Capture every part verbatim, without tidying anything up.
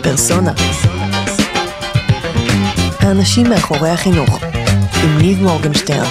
פרסונה. האנשים מאחורי החינוך, עם ניב מורגנשטיין.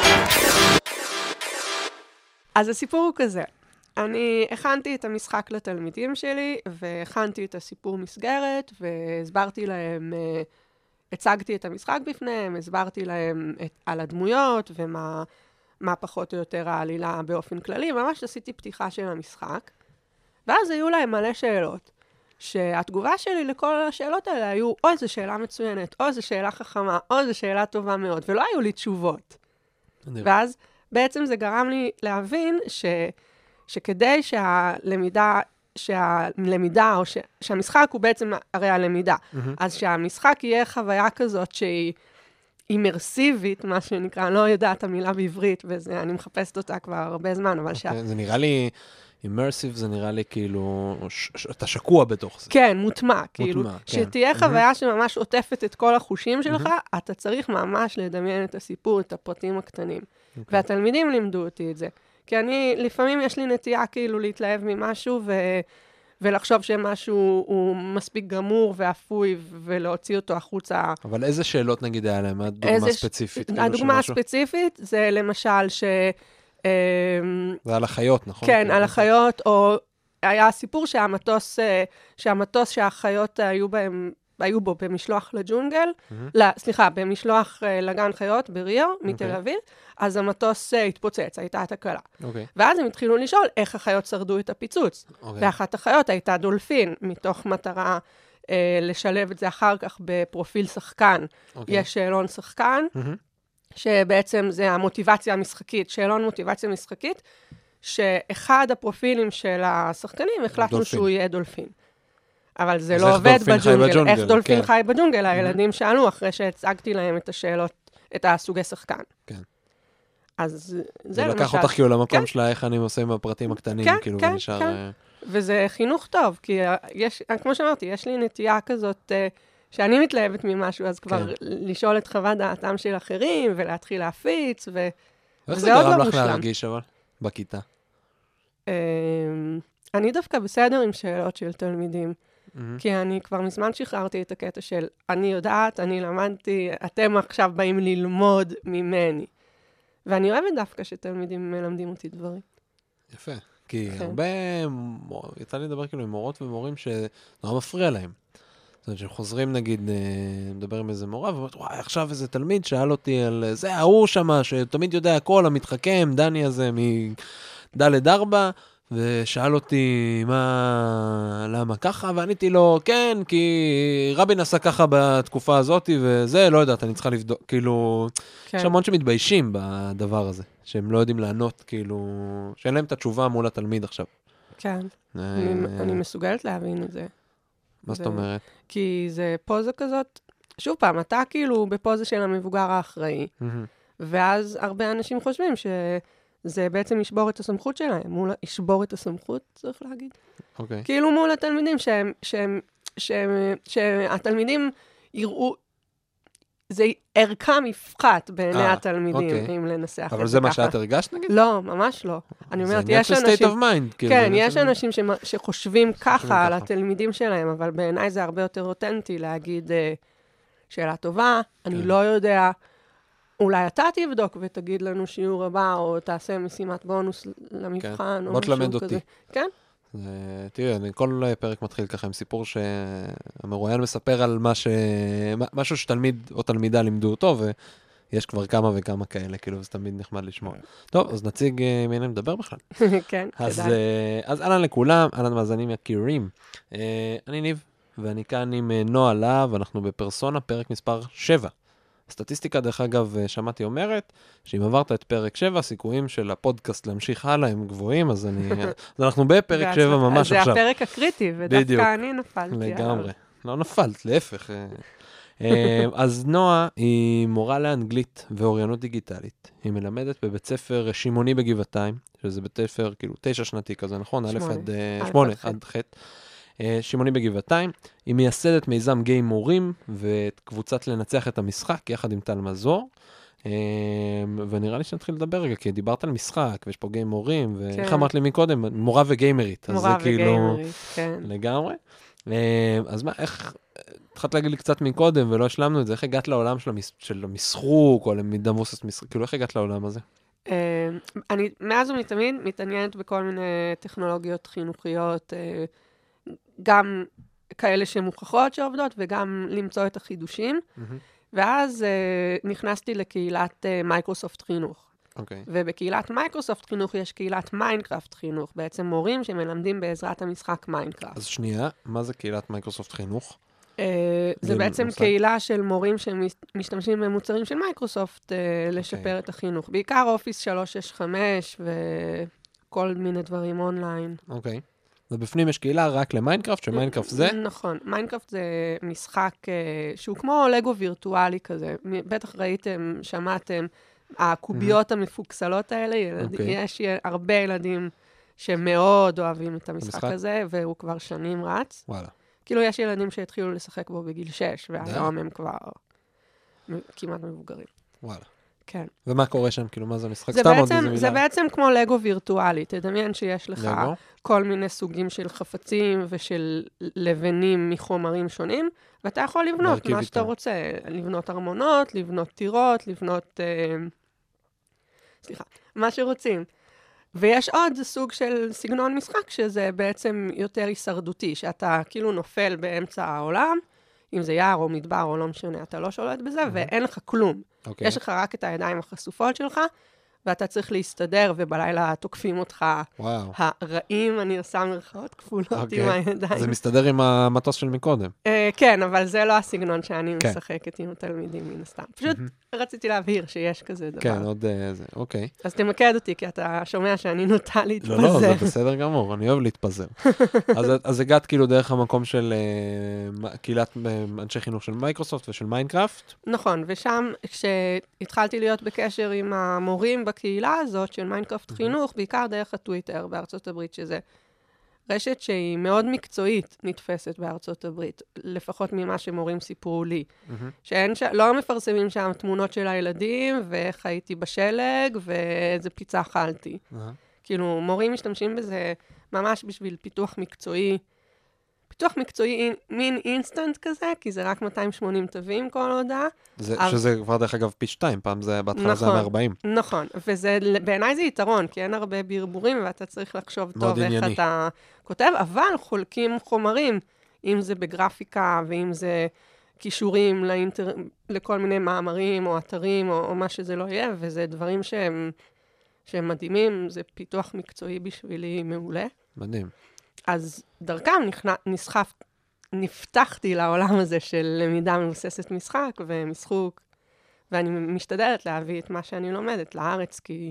אז הסיפור הוא כזה. אני הכנתי את המשחק לתלמידים שלי, והכנתי את הסיפור מסגרת, והסברתי להם, הצגתי את המשחק בפניהם, הסברתי להם את, על הדמויות, ומה מה פחות או יותר העלילה באופן כללי, ממש עשיתי פתיחה של המשחק, ואז היו להם מלא שאלות, שהתגובה שלי לכל השאלות האלה היו, או איזו שאלה מצוינת, או איזו שאלה חכמה, או איזו שאלה טובה מאוד, ולא היו לי תשובות. ואז בעצם זה גרם לי להבין ש... שכדי שהלמידה, שהלמידה, או ש, שהמשחק הוא בעצם הרי הלמידה, mm-hmm. אז שהמשחק יהיה חוויה כזאת שהיא אימרסיבית, מה שנקרא, אני לא יודעת המילה בעברית, ואני מחפשת אותה כבר הרבה זמן, אבל okay, שה... זה נראה לי, אימרסיב זה נראה לי כאילו, ש, ש, אתה שקוע בתוך זה. כן, מוטמע, כאילו, מוטמע, שתהיה כן. חוויה mm-hmm. שממש עוטפת את כל החושים שלך, mm-hmm. אתה צריך ממש לדמיין את הסיפור, את הפרטים הקטנים. Okay. והתלמידים לימדו אותי את זה. כי אני, לפעמים יש לי נטייה כאילו להתלהב ממשהו, ו... ולחשוב שמשהו הוא מספיק גמור ואפוי, ולהוציא אותו החוצה. אבל איזה שאלות נגיד היה להם? הדוגמה ספציפית? ש... הדוגמה הספציפית זה למשל ש... זה על החיות, נכון? כן, על החיות, או היה סיפור שהמטוס, שהמטוס שהחיות היו בהם, היו בו במשלוח לג'ונגל, סליחה, במשלוח לגן חיות בריו, מתל אביב, אז המטוס התפוצץ, הייתה התקלה. ואז הם התחילו לשאול איך החיות שרדו את הפיצוץ. ואחת החיות הייתה דולפין, מתוך מטרה לשלב את זה אחר כך בפרופיל שחקן. יש שאלון שחקן, שבעצם זה המוטיבציה המשחקית, שאלון מוטיבציה משחקית, שאחד הפרופילים של השחקנים החלטנו שהוא יהיה דולפין. אבל זה לא עובד בג'ונגל. איך דולפין חי בג'ונגל? הילדים שאלו אחרי שהצגתי להם את השאלות, את הסוגי שחקן. כן. אז זה למשל... ולקח אותך כאילו למקום שלה, איך אני עושה עם הפרטים הקטנים, כאילו, ונשאר... וזה חינוך טוב, כי יש, כמו שאמרתי, יש לי נטייה כזאת, שאני מתלהבת ממשהו, אז כבר לשאול את חוות דעתם של אחרים, ולהתחיל להפיץ, וזה עוד לא מושלם. איך זה גרם לך להרגיש, אבל, בכיתה? אני דווקא בסדר עם שאלות של תלמידים, כי אני כבר מזמן שחררתי את הקטע של, אני יודעת, אני למדתי, אתם עכשיו באים ללמוד ממני. ואני אוהבת דווקא שתלמידים מלמדים אותי דברים. יפה, כי הרבה, יצא לי לדבר כאילו עם מורות ומורים שנורא מפריע להם. זאת אומרת, שחוזרים נגיד, מדבר עם איזה מורה, ואומרת, וואי, עכשיו איזה תלמיד שאל אותי על זה, ההוא שמה, שתמיד יודע הכל, המתחכם, דני הזה מדלת ארבע, ושאל אותי מה, למה ככה, ועניתי לו, כן, כי רבין עשה ככה בתקופה הזאת, וזה, לא יודעת, אני צריכה לבדוק, כאילו, יש המון שמתביישים בדבר הזה, שהם לא יודעים לענות, כאילו, שאין להם את התשובה מול התלמיד עכשיו. כן, אני מסוגלת להבין את זה. מה זאת אומרת? כי זה פוזה כזאת, שוב פעם, אתה כאילו בפוזה של המבוגר האחראי, ואז הרבה אנשים חושבים ש... זה בעצם ישבור את הסמכות שלהם, מול, ישבור את הסמכות, צריך להגיד. אוקיי. כאילו מול התלמידים, שהם, שהם, שהם, שהתלמידים יראו, זה ערכם יפחת בעיני 아, התלמידים, אוקיי. אם לנסח את זה ככה. אבל זה מה שאת הרגשת נגיד? לא, ממש לא. אני אומרת, יש אנשים... זה state of mind. כאילו, כן, יש אנשים ש... שחושבים ככה על התלמידים שלהם, אבל בעיניי זה הרבה יותר אותנטי להגיד, שאלה טובה, אני לא יודע... אולי אתה תבדוק ותגיד לנו שיעור הבא, או תעשה משימת בונוס למבחן, או משהו כזה. כן? תראי, כל פרק מתחיל ככה עם סיפור שהמרואיין מספר על משהו שתלמיד או תלמידה לימדו אותו, ויש כבר כמה וכמה כאלה, כאילו, זה תמיד נחמד לשמוע. טוב, אז נציג מי אני מדבר בכלל. כן, כדאי. אז אהלן לכולם, אהלן מאזינים יכירים. אני ניב, ואני כאן עם נועה להב, אנחנו בפרסונה, פרק מספר שבע. הסטטיסטיקה, דרך אגב, שמעתי אומרת, שאם עברת את פרק שבע, הסיכויים של הפודקאסט להמשיך הלאה הם גבוהים, אז, אני, אז אנחנו בפרק שבע ממש זה עכשיו. זה הפרק הקריטי, ודווקא אני נפלתי. לגמרי. לא נפלת, להפך. אז נועה היא מורה לאנגלית ואוריינות דיגיטלית. היא מלמדת בבית ספר שימוני בגבעתיים, שזה בית ספר כאילו תשע שנתי כזה, נכון? א' עד שמונה, עד ח'. שימוני בגבעתיים, היא מייסדת מיזם גיים מורים, ואת קבוצת לנצח את המשחק, יחד עם טל מזור, ונראה לי שנתחיל לדבר רגע, כי דיברת על משחק, ויש פה גיים מורים, ואיך אמרת לי מקודם, מורה וגיימרית. מורה וגיימרית, כן. לגמרי. אז מה, איך, התחלת להגיד לי קצת מקודם, ולא השלמנו את זה, איך הגעת לעולם של המשחוק, או למידה מבוססת משחק, כאילו איך הגעת לעולם הזה? אני מאז ומתמיד מתעניינת בכל מיני טכנולוגיות חינוכיות, גם כאלה שמוכחות שעובדות, וגם למצוא את החידושים. ואז נכנסתי לקהילת מייקרוסופט חינוך. אוקיי. ובקהילת מייקרוסופט חינוך יש קהילת מיינקראפט חינוך, בעצם מורים שמלמדים בעזרת המשחק מיינקראפט. אז שנייה, מה זה קהילת מייקרוסופט חינוך? זה בעצם קהילה של מורים שמשתמשים במוצרים של מייקרוסופט לשפר את החינוך. בעיקר אופיס שלוש שש חמש וכל מיני דברים אונליין. אוקיי. ובפנים יש קהילה רק למיינקראפט, שמיינקראפט זה? נכון. מיינקראפט זה משחק שהוא כמו לגו וירטואלי כזה. בטח ראיתם, שמעתם, הקוביות המפוקסלות האלה, יש הרבה ילדים שמאוד אוהבים את המשחק הזה, והוא כבר שנים רץ. וואלה. כאילו, יש ילדים שהתחילו לשחק בו בגיל שש, והיום הם כבר כמעט מבוגרים. וואלה. כן. ומה קורה שם? כאילו, מה זה משחק? זה בעצם, זה בעצם כמו לגו וירטואלי. תדמיין שיש לך לגו? כל מיני סוגים של חפצים ושל לבנים מחומרים שונים, ואתה יכול לבנות מה שאתה רוצה. לבנות ארמונות, לבנות טירות, לבנות... אה... סליחה, מה שרוצים. ויש עוד סוג של סגנון משחק, שזה בעצם יותר הישרדותי, שאתה כאילו נופל באמצע העולם, אם זה יער או מדבר או לא משנה, אתה לא שולט בזה, mm-hmm. ואין לך כלום. Okay. יש לך רק את הידיים החשופות שלך, ואתה צריך להסתדר, ובלילה תוקפים אותך וואו. הרעים, אני עושה מרכאות כפולות okay. עם הידיים. זה מסתדר עם המטוס של מקודם. Uh, כן, אבל זה לא הסגנון שאני okay. משחקת עם התלמידים מן הסתם. פשוט mm-hmm. רציתי להבהיר שיש כזה דבר. כן, עוד uh, זה, אוקיי. אז תמקד אותי, כי אתה שומע שאני נוטה להתפזר. לא, לא, זה בסדר גמור, אני אוהב להתפזר. אז, אז הגעת כאילו דרך המקום של uh, קהילת uh, אנשי חינוך של מייקרוסופט ושל מיינקראפט. נכון, ושם כשהתחלתי להיות בקשר עם המורים בקהילה הזאת של מיינקראפט חינוך, בעיקר דרך הטוויטר בארצות הברית, שזה רשת שהיא מאוד מקצועית נתפסת בארצות הברית, לפחות ממה שמורים סיפרו לי. שאין ש... לא מפרסמים שם תמונות של הילדים, ואיך הייתי בשלג, ואיזה פיצה אכלתי. כאילו, מורים משתמשים בזה ממש בשביל פיתוח מקצועי, פיתוח מקצועי מין אינסטנט כזה, כי זה רק מאתיים ושמונים תווים כל הודעה. שזה כבר דרך אגב פי שתיים, פעם זה בהתחלה זה מאה וארבעים. נכון, ובעיניי זה יתרון, כי אין הרבה ברבורים, ואתה צריך לחשוב טוב איך אתה כותב, אבל חולקים חומרים, אם זה בגרפיקה, ואם זה קישורים לכל מיני מאמרים, או אתרים, או מה שזה לא יהיה, וזה דברים שהם מדהימים, זה פיתוח מקצועי בשבילי מעולה. מדהים. אז דרכם נסחף, נפתחתי לעולם הזה של למידה מבוססת משחק ומשחוק, ואני משתדלת להביא את מה שאני לומדת לארץ, כי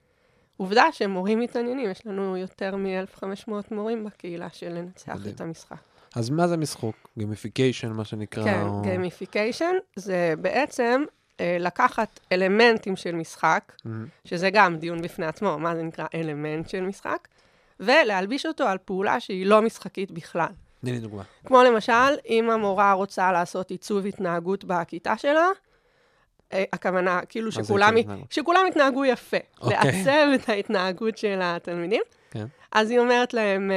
עובדה שמורים מתעניינים, יש לנו יותר מ-אלף וחמש מאות מורים בקהילה של לנצח מדהים. את המשחק. אז מה זה משחוק? גיימיפיקיישן, מה שנקרא? כן, או... גיימיפיקיישן זה בעצם אה, לקחת אלמנטים של משחק, mm-hmm. שזה גם דיון בפני עצמו, מה זה נקרא אלמנט של משחק, ולהלביש אותו על פעולה שהיא לא משחקית בכלל. תני לי דוגמה. כמו למשל, אם המורה רוצה לעשות עיצוב התנהגות בכיתה שלה, הכוונה, כאילו שכולם, שכולם התנהגו יפה, okay. לעצב את ההתנהגות של התלמידים. כן. אז היא אומרת להם,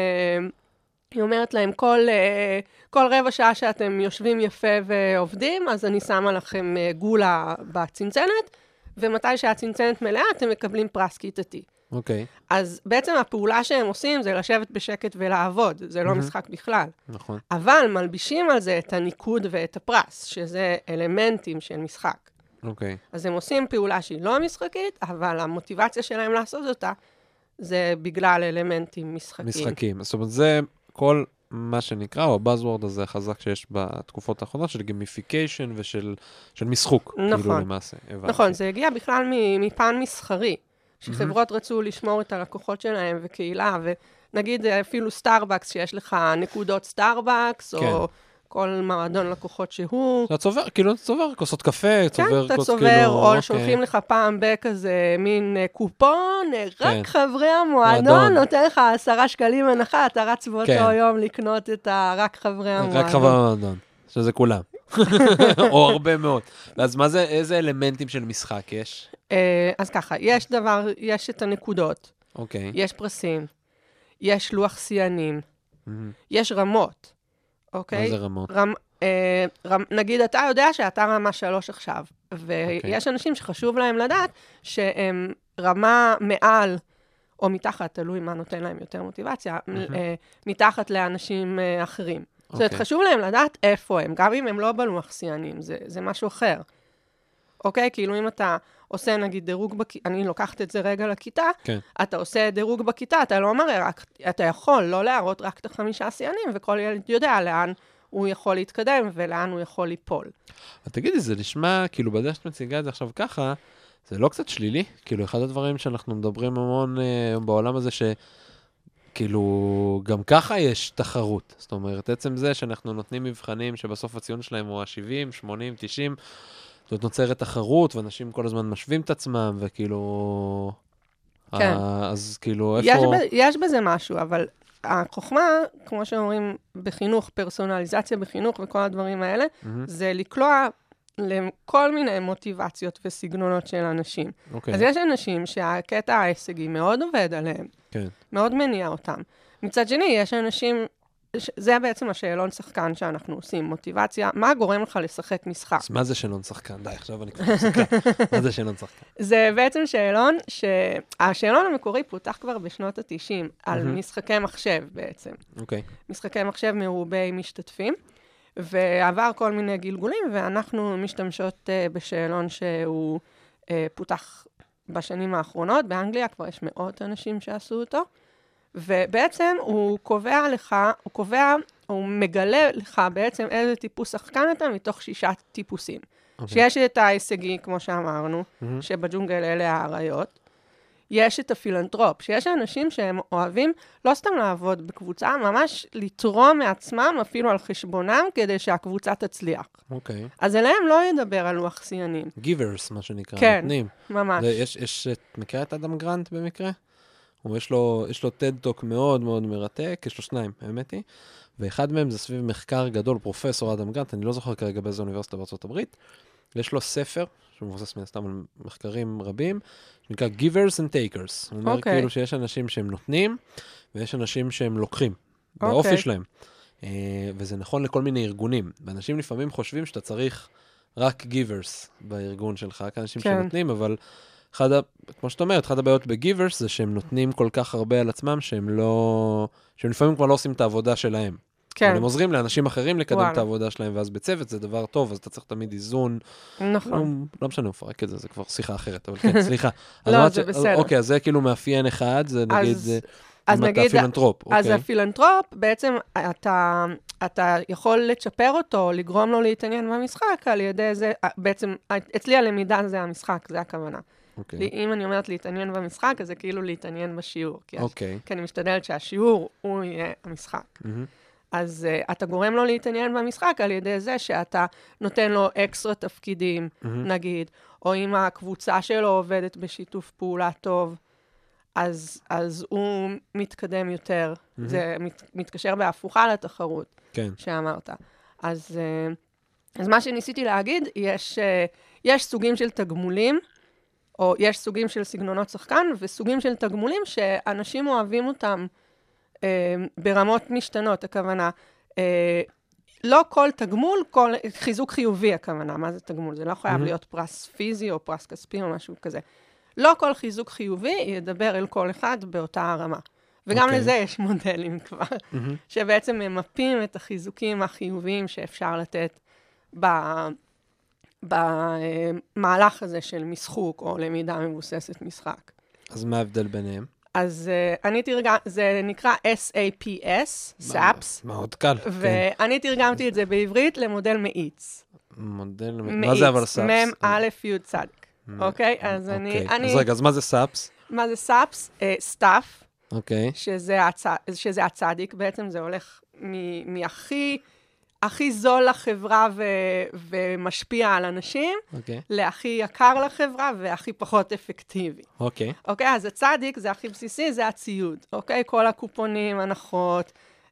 היא אומרת להם, כל, כל רבע שעה שאתם יושבים יפה ועובדים, אז אני שמה לכם גולה בצנצנת, ומתי שהצנצנת מלאה, אתם מקבלים פרס כיתתי. אוקיי. Okay. אז בעצם הפעולה שהם עושים זה לשבת בשקט ולעבוד, זה לא mm-hmm. משחק בכלל. נכון. אבל מלבישים על זה את הניקוד ואת הפרס, שזה אלמנטים של משחק. אוקיי. Okay. אז הם עושים פעולה שהיא לא משחקית, אבל המוטיבציה שלהם לעשות אותה, זה בגלל אלמנטים משחקיים. משחקים. זאת אומרת, זה כל מה שנקרא, או הבאזוורד הזה החזק שיש בתקופות האחרונות, של גיימיפיקיישן ושל של משחוק. נכון. כאילו למעשה. נכון, זה הגיע בכלל מפן מסחרי. שחברות רצו לשמור את הלקוחות שלהם וקהילה, ונגיד אפילו סטארבקס, שיש לך נקודות סטארבקס, או כל מועדון לקוחות שהוא. אתה צובר, כאילו אתה צובר, כוסות קפה, צובר, כן, אתה צובר, או שולחים לך פעם בכזה מין קופון, רק חברי המועדון, נותן לך עשרה שקלים הנחה, אתה רץ באותו יום לקנות את רק חברי המועדון. רק חברי המועדון, שזה כולם. או הרבה מאוד. אז מה זה, איזה אלמנטים של משחק יש? אז ככה, יש דבר, יש את הנקודות, אוקיי. יש פרסים, יש לוח סיינים, יש רמות, אוקיי? מה זה רמות? רמ, אה, רמ, נגיד, אתה יודע שאתה רמה שלוש עכשיו, ויש אנשים שחשוב להם לדעת שהם רמה מעל, או מתחת, תלוי מה נותן להם יותר מוטיבציה, אה, מתחת לאנשים אה, אחרים. זאת אומרת, חשוב להם לדעת איפה הם, גם אם הם לא בלוח סיינים, זה, זה משהו אחר. אוקיי? כאילו אם אתה עושה נגיד דירוג בכיתה, אני לוקחת את זה רגע לכיתה, כן. אתה עושה דירוג בכיתה, אתה לא מראה רק, אתה יכול לא להראות רק את החמישה סיינים, וכל ילד יודע לאן הוא יכול להתקדם, ולאן הוא יכול ליפול. אבל תגידי, זה נשמע, כאילו בדרך שאת מציגה את זה עכשיו ככה, זה לא קצת שלילי? כאילו אחד הדברים שאנחנו מדברים המון אה, בעולם הזה, ש... כאילו, גם ככה יש תחרות. זאת אומרת, עצם זה שאנחנו נותנים מבחנים שבסוף הציון שלהם הוא ה-שבעים, שמונים, תשעים, זאת נוצרת תחרות, ואנשים כל הזמן משווים את עצמם, וכאילו... כן. אז כאילו, יש איפה... ב, יש בזה משהו, אבל החוכמה, כמו שאומרים בחינוך, פרסונליזציה בחינוך וכל הדברים האלה, mm-hmm. זה לקלוע לכל מיני מוטיבציות וסגנונות של אנשים. Okay. אז יש אנשים שהקטע ההישגי מאוד עובד עליהם, okay. מאוד מניע אותם. מצד שני, יש אנשים, זה בעצם השאלון שחקן שאנחנו עושים, מוטיבציה, מה גורם לך לשחק משחק? אז מה זה שאלון שחקן? די, עכשיו אני כבר שחקן. מה זה שאלון שחקן? זה בעצם שאלון, שהשאלון המקורי פותח כבר בשנות ה-תשעים, על משחקי מחשב בעצם. אוקיי. משחקי מחשב מרובי משתתפים. ועבר כל מיני גלגולים, ואנחנו משתמשות uh, בשאלון שהוא uh, פותח בשנים האחרונות. באנגליה כבר יש מאות אנשים שעשו אותו, ובעצם הוא קובע לך, הוא קובע, הוא מגלה לך בעצם איזה טיפוס שחקן אתה מתוך שישה טיפוסים. Okay. שיש את ההישגי, כמו שאמרנו, mm-hmm. שבג'ונגל אלה האריות. יש את הפילנטרופ, שיש אנשים שהם אוהבים לא סתם לעבוד בקבוצה, ממש לתרום מעצמם אפילו על חשבונם, כדי שהקבוצה תצליח. אוקיי. אז אליהם לא ידבר על לוח סיינים. גיברס, מה שנקרא, כן, נותנים. ממש. יש, יש, את מכירה את אדם גרנט במקרה? הוא יש לו, יש לו טד-טוק מאוד מאוד מרתק, יש לו שניים, האמת היא, ואחד מהם זה סביב מחקר גדול, פרופסור אדם גרנט, אני לא זוכר כרגע באיזו אוניברסיטה בארצות הברית, יש לו ספר, שמבוסס מן הסתם על מחקרים רבים, שנקרא Givers and Takers. הוא אומר כאילו שיש אנשים שהם נותנים, ויש אנשים שהם לוקחים, באופי שלהם. וזה נכון לכל מיני ארגונים. ואנשים לפעמים חושבים שאתה צריך רק Givers בארגון שלך, כאנשים שנותנים, אבל אחד, כמו שאת אומרת, אחד הבעיות ב-Givers זה שהם נותנים כל כך הרבה על עצמם, שהם לא, שהם לפעמים כבר לא עושים את העבודה שלהם. כן. אבל הם עוזרים לאנשים אחרים לקדם וואלה. את העבודה שלהם, ואז בצוות זה דבר טוב, אז אתה צריך תמיד איזון. נכון. לא, לא משנה, הוא פרק את זה, זה כבר שיחה אחרת, אבל כן, סליחה. לא, זה ש... בסדר. אוקיי, אז זה כאילו מאפיין אחד, זה נגיד, אז, אז אם נגיד, אתה פילנטרופ. אז אוקיי. הפילנטרופ, בעצם אתה, אתה יכול לצ'פר אותו, לגרום לו להתעניין במשחק, על ידי זה, בעצם, אצלי הלמידה זה המשחק, זה הכוונה. Okay. אם אני אומרת להתעניין במשחק, אז זה כאילו להתעניין בשיעור. כי, okay. הש... כי אני משתדלת שהשיעור הוא יהיה המשחק. Mm-hmm. אז uh, אתה גורם לו להתעניין במשחק על ידי זה שאתה נותן לו אקסטרה תפקידים, mm-hmm. נגיד, או אם הקבוצה שלו עובדת בשיתוף פעולה טוב, אז, אז הוא מתקדם יותר. Mm-hmm. זה מת, מתקשר בהפוכה לתחרות כן. שאמרת. אז, uh, אז מה שניסיתי להגיד, יש, uh, יש סוגים של תגמולים, או יש סוגים של סגנונות שחקן, וסוגים של תגמולים שאנשים אוהבים אותם אה, ברמות משתנות, הכוונה. אה, לא כל תגמול, כל חיזוק חיובי, הכוונה. מה זה תגמול? זה לא חייב mm-hmm. להיות פרס פיזי או פרס כספי או משהו כזה. לא כל חיזוק חיובי ידבר אל כל אחד באותה הרמה. וגם okay. לזה יש מודלים כבר, mm-hmm. שבעצם ממפים את החיזוקים החיוביים שאפשר לתת ב... במהלך הזה של משחוק או למידה מבוססת משחק. אז מה ההבדל ביניהם? אז uh, אני תרגם, זה נקרא אס איי פי אס, סאפס. מאוד קל. ואני כן. תרגמתי את זה בעברית למודל מאיץ. מודל מאיץ. מה זה אבל סאפס? מם א' י' צדיק. אוקיי? אז אני... אז רגע, אז מה זה סאפס? מה זה סאפס? סטאפ. אוקיי. שזה הצדיק, בעצם זה הולך מהכי... הכי זול לחברה ו- ומשפיע על אנשים, okay. להכי יקר לחברה והכי פחות אפקטיבי. אוקיי. Okay. אוקיי, okay, אז הצדיק זה הכי בסיסי, זה הציוד. אוקיי, okay? כל הקופונים, הנחות,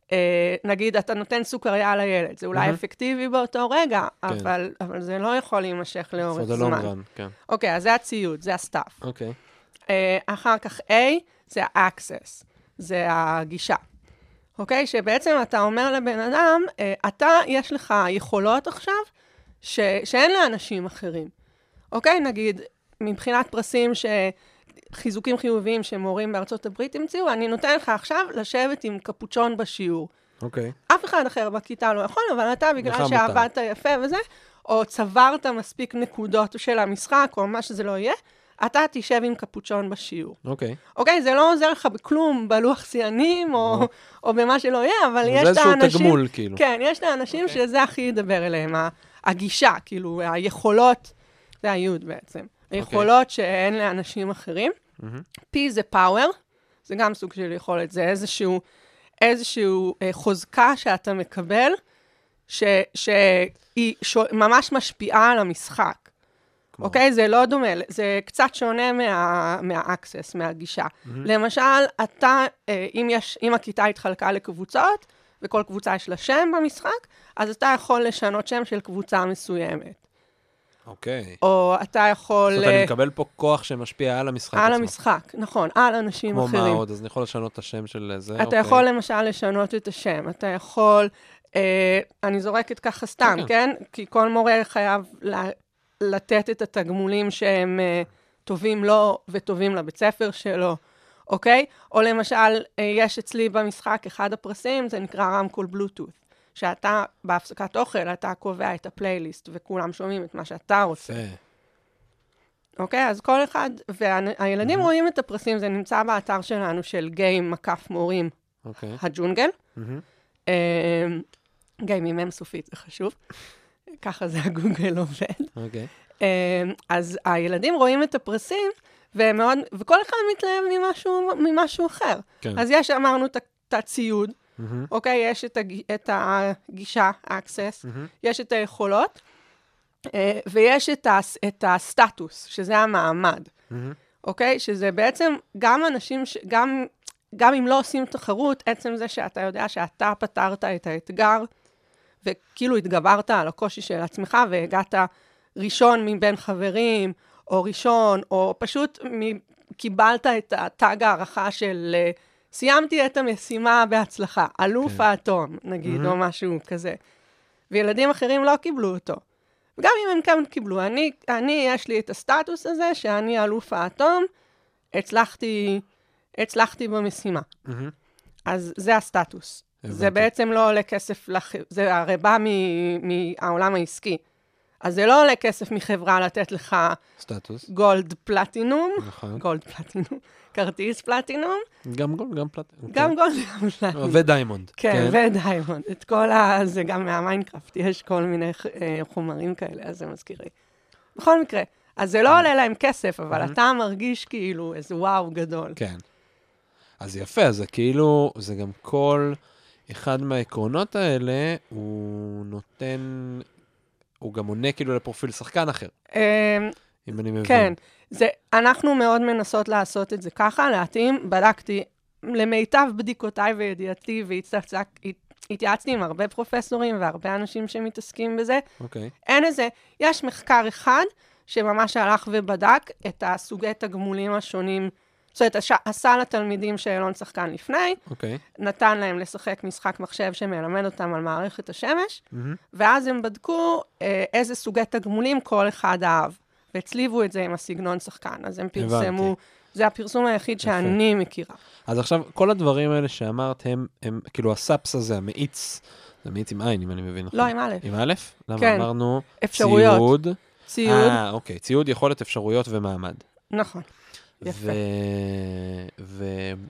אה, נגיד, אתה נותן סוכריה לילד, זה אולי אפקטיבי באותו רגע, אבל, אבל זה לא יכול להימשך לאורך זמן. כן. אוקיי, אז זה הציוד, זה הסטאפ. אוקיי. אה, אחר כך A, זה ה-access, זה הגישה. אוקיי? שבעצם אתה אומר לבן אדם, אה, אתה, יש לך יכולות עכשיו, ש, שאין לאנשים אחרים. אוקיי? נגיד, מבחינת פרסים ש... חיזוקים חיוביים שמורים בארצות הברית המציאו, אני נותן לך עכשיו לשבת עם קפוצ'ון בשיעור. אוקיי. אף אחד אחר בכיתה לא יכול, אבל אתה, בגלל שעבדת יפה וזה, או צברת מספיק נקודות של המשחק, או מה שזה לא יהיה, אתה תשב עם קפוצ'ון בשיעור. אוקיי. אוקיי, זה לא עוזר לך בכלום, בלוח ציונים, או, או במה שלא יהיה, אבל יש את האנשים... זה איזשהו תגמול, כאילו. כן, יש את האנשים okay. שזה הכי ידבר אליהם, הגישה, כאילו, היכולות, זה היוד בעצם. היכולות okay. שאין לאנשים אחרים. Mm-hmm. P זה power, זה גם סוג של יכולת, זה איזשהו, איזשהו אה, חוזקה שאתה מקבל, ש, שהיא שו, ממש משפיעה על המשחק. אוקיי? Okay? זה לא דומה, זה קצת שונה מה, מה-access, מהגישה. Mm-hmm. למשל, אתה, אה, אם, יש, אם הכיתה התחלקה לקבוצות, וכל קבוצה יש לה שם במשחק, אז אתה יכול לשנות שם של קבוצה מסוימת. אוקיי. או אתה יכול... זאת אומרת, אני מקבל פה כוח שמשפיע על המשחק עצמו. על המשחק, נכון, על אנשים אחרים. כמו מה עוד? אז אני יכול לשנות את השם של זה? אתה יכול למשל לשנות את השם. אתה יכול... אני זורקת ככה סתם, כן? כי כל מורה חייב לתת את התגמולים שהם טובים לו וטובים לבית ספר שלו, אוקיי? או למשל, יש אצלי במשחק אחד הפרסים, זה נקרא רמקול בלוטות'. שאתה, בהפסקת אוכל, אתה קובע את הפלייליסט, וכולם שומעים את מה שאתה רוצה. אוקיי? אז כל אחד, והילדים רואים את הפרסים, זה נמצא באתר שלנו של גיים מקף מורים, הג'ונגל. גיימים הם סופית, זה חשוב. ככה זה הגוגל עובד. אוקיי. אז הילדים רואים את הפרסים, וכל אחד מתלהב ממשהו אחר. אז יש, אמרנו, את הציוד, אוקיי, יש את הגישה, access, יש את היכולות, ויש את הסטטוס, שזה המעמד, אוקיי? שזה בעצם גם אנשים, גם אם לא עושים תחרות, עצם זה שאתה יודע שאתה פתרת את האתגר, וכאילו התגברת על הקושי של עצמך, והגעת ראשון מבין חברים, או ראשון, או פשוט קיבלת את הטאג הערכה של... סיימתי את המשימה בהצלחה, אלוף האטום, נגיד, או משהו כזה. וילדים אחרים לא קיבלו אותו. וגם אם הם כאן קיבלו, אני, אני, יש לי את הסטטוס הזה, שאני אלוף האטום, הצלחתי, הצלחתי במשימה. אז זה הסטטוס. זה בעצם לא עולה כסף, זה הרי בא מהעולם העסקי. אז זה לא עולה כסף מחברה לתת לך... סטטוס. גולד פלטינום. נכון. גולד פלטינום. כרטיס פלטינום. גם גולד, גם פלטינום. גם גולד, גם פלטינום. ודיימונד. כן, ודיימונד. את כל ה... זה גם מהמיינקראפט, יש כל מיני חומרים כאלה, אז זה מזכיר לי. בכל מקרה, אז זה לא עולה להם כסף, אבל אתה מרגיש כאילו איזה וואו גדול. כן. אז יפה, אז זה כאילו, זה גם כל אחד מהעקרונות האלה, הוא נותן... הוא גם עונה כאילו לפרופיל שחקן אחר. אם אני מבין. כן. זה, אנחנו מאוד מנסות לעשות את זה ככה, להתאים, בדקתי למיטב בדיקותיי וידיעתי, והתייעצתי עם הרבה פרופסורים והרבה אנשים שמתעסקים בזה. אוקיי. אין איזה, יש מחקר אחד שממש הלך ובדק את הסוגי תגמולים השונים, זאת אומרת, עשה לתלמידים שאלון שחקן לפני, אוקיי. נתן להם לשחק משחק מחשב שמלמד אותם על מערכת השמש, ואז הם בדקו איזה סוגי תגמולים כל אחד אהב. והצליבו את זה עם הסגנון שחקן, אז הם פרסמו, זה הפרסום היחיד שאני מכירה. אז עכשיו, כל הדברים האלה שאמרת, הם, הם כאילו הסאפס הזה, המאיץ, זה מאיץ עם עין, אם אני מבין. לא, עם א'. עם א'? למה כן. אמרנו? אפשרויות. ציוד. ציוד. אה, אוקיי, ציוד, יכולת, אפשרויות ומעמד. נכון. יפה. ו...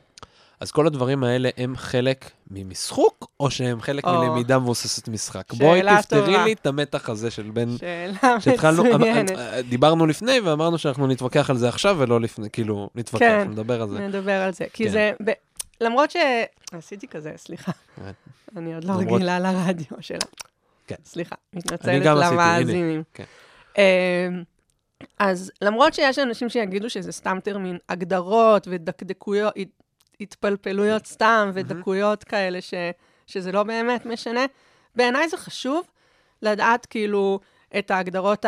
אז כל הדברים האלה הם חלק ממשחוק, או שהם חלק מלמידה מבוססת משחק? בואי תפתרי לי את המתח הזה של בין... שאלה מצוינת. דיברנו לפני ואמרנו שאנחנו נתווכח על זה עכשיו, ולא לפני, כאילו, נתווכח, נדבר על זה. כן, נדבר על זה. כי זה, למרות ש... עשיתי כזה, סליחה. אני עוד לא רגילה לרדיו שלה. סליחה, מתנצלת למאזינים. אז למרות שיש אנשים שיגידו שזה סתם טרמין, הגדרות ודקדקויות, התפלפלויות סתם ודקויות כאלה ש, שזה לא באמת משנה. בעיניי זה חשוב לדעת כאילו את ההגדרות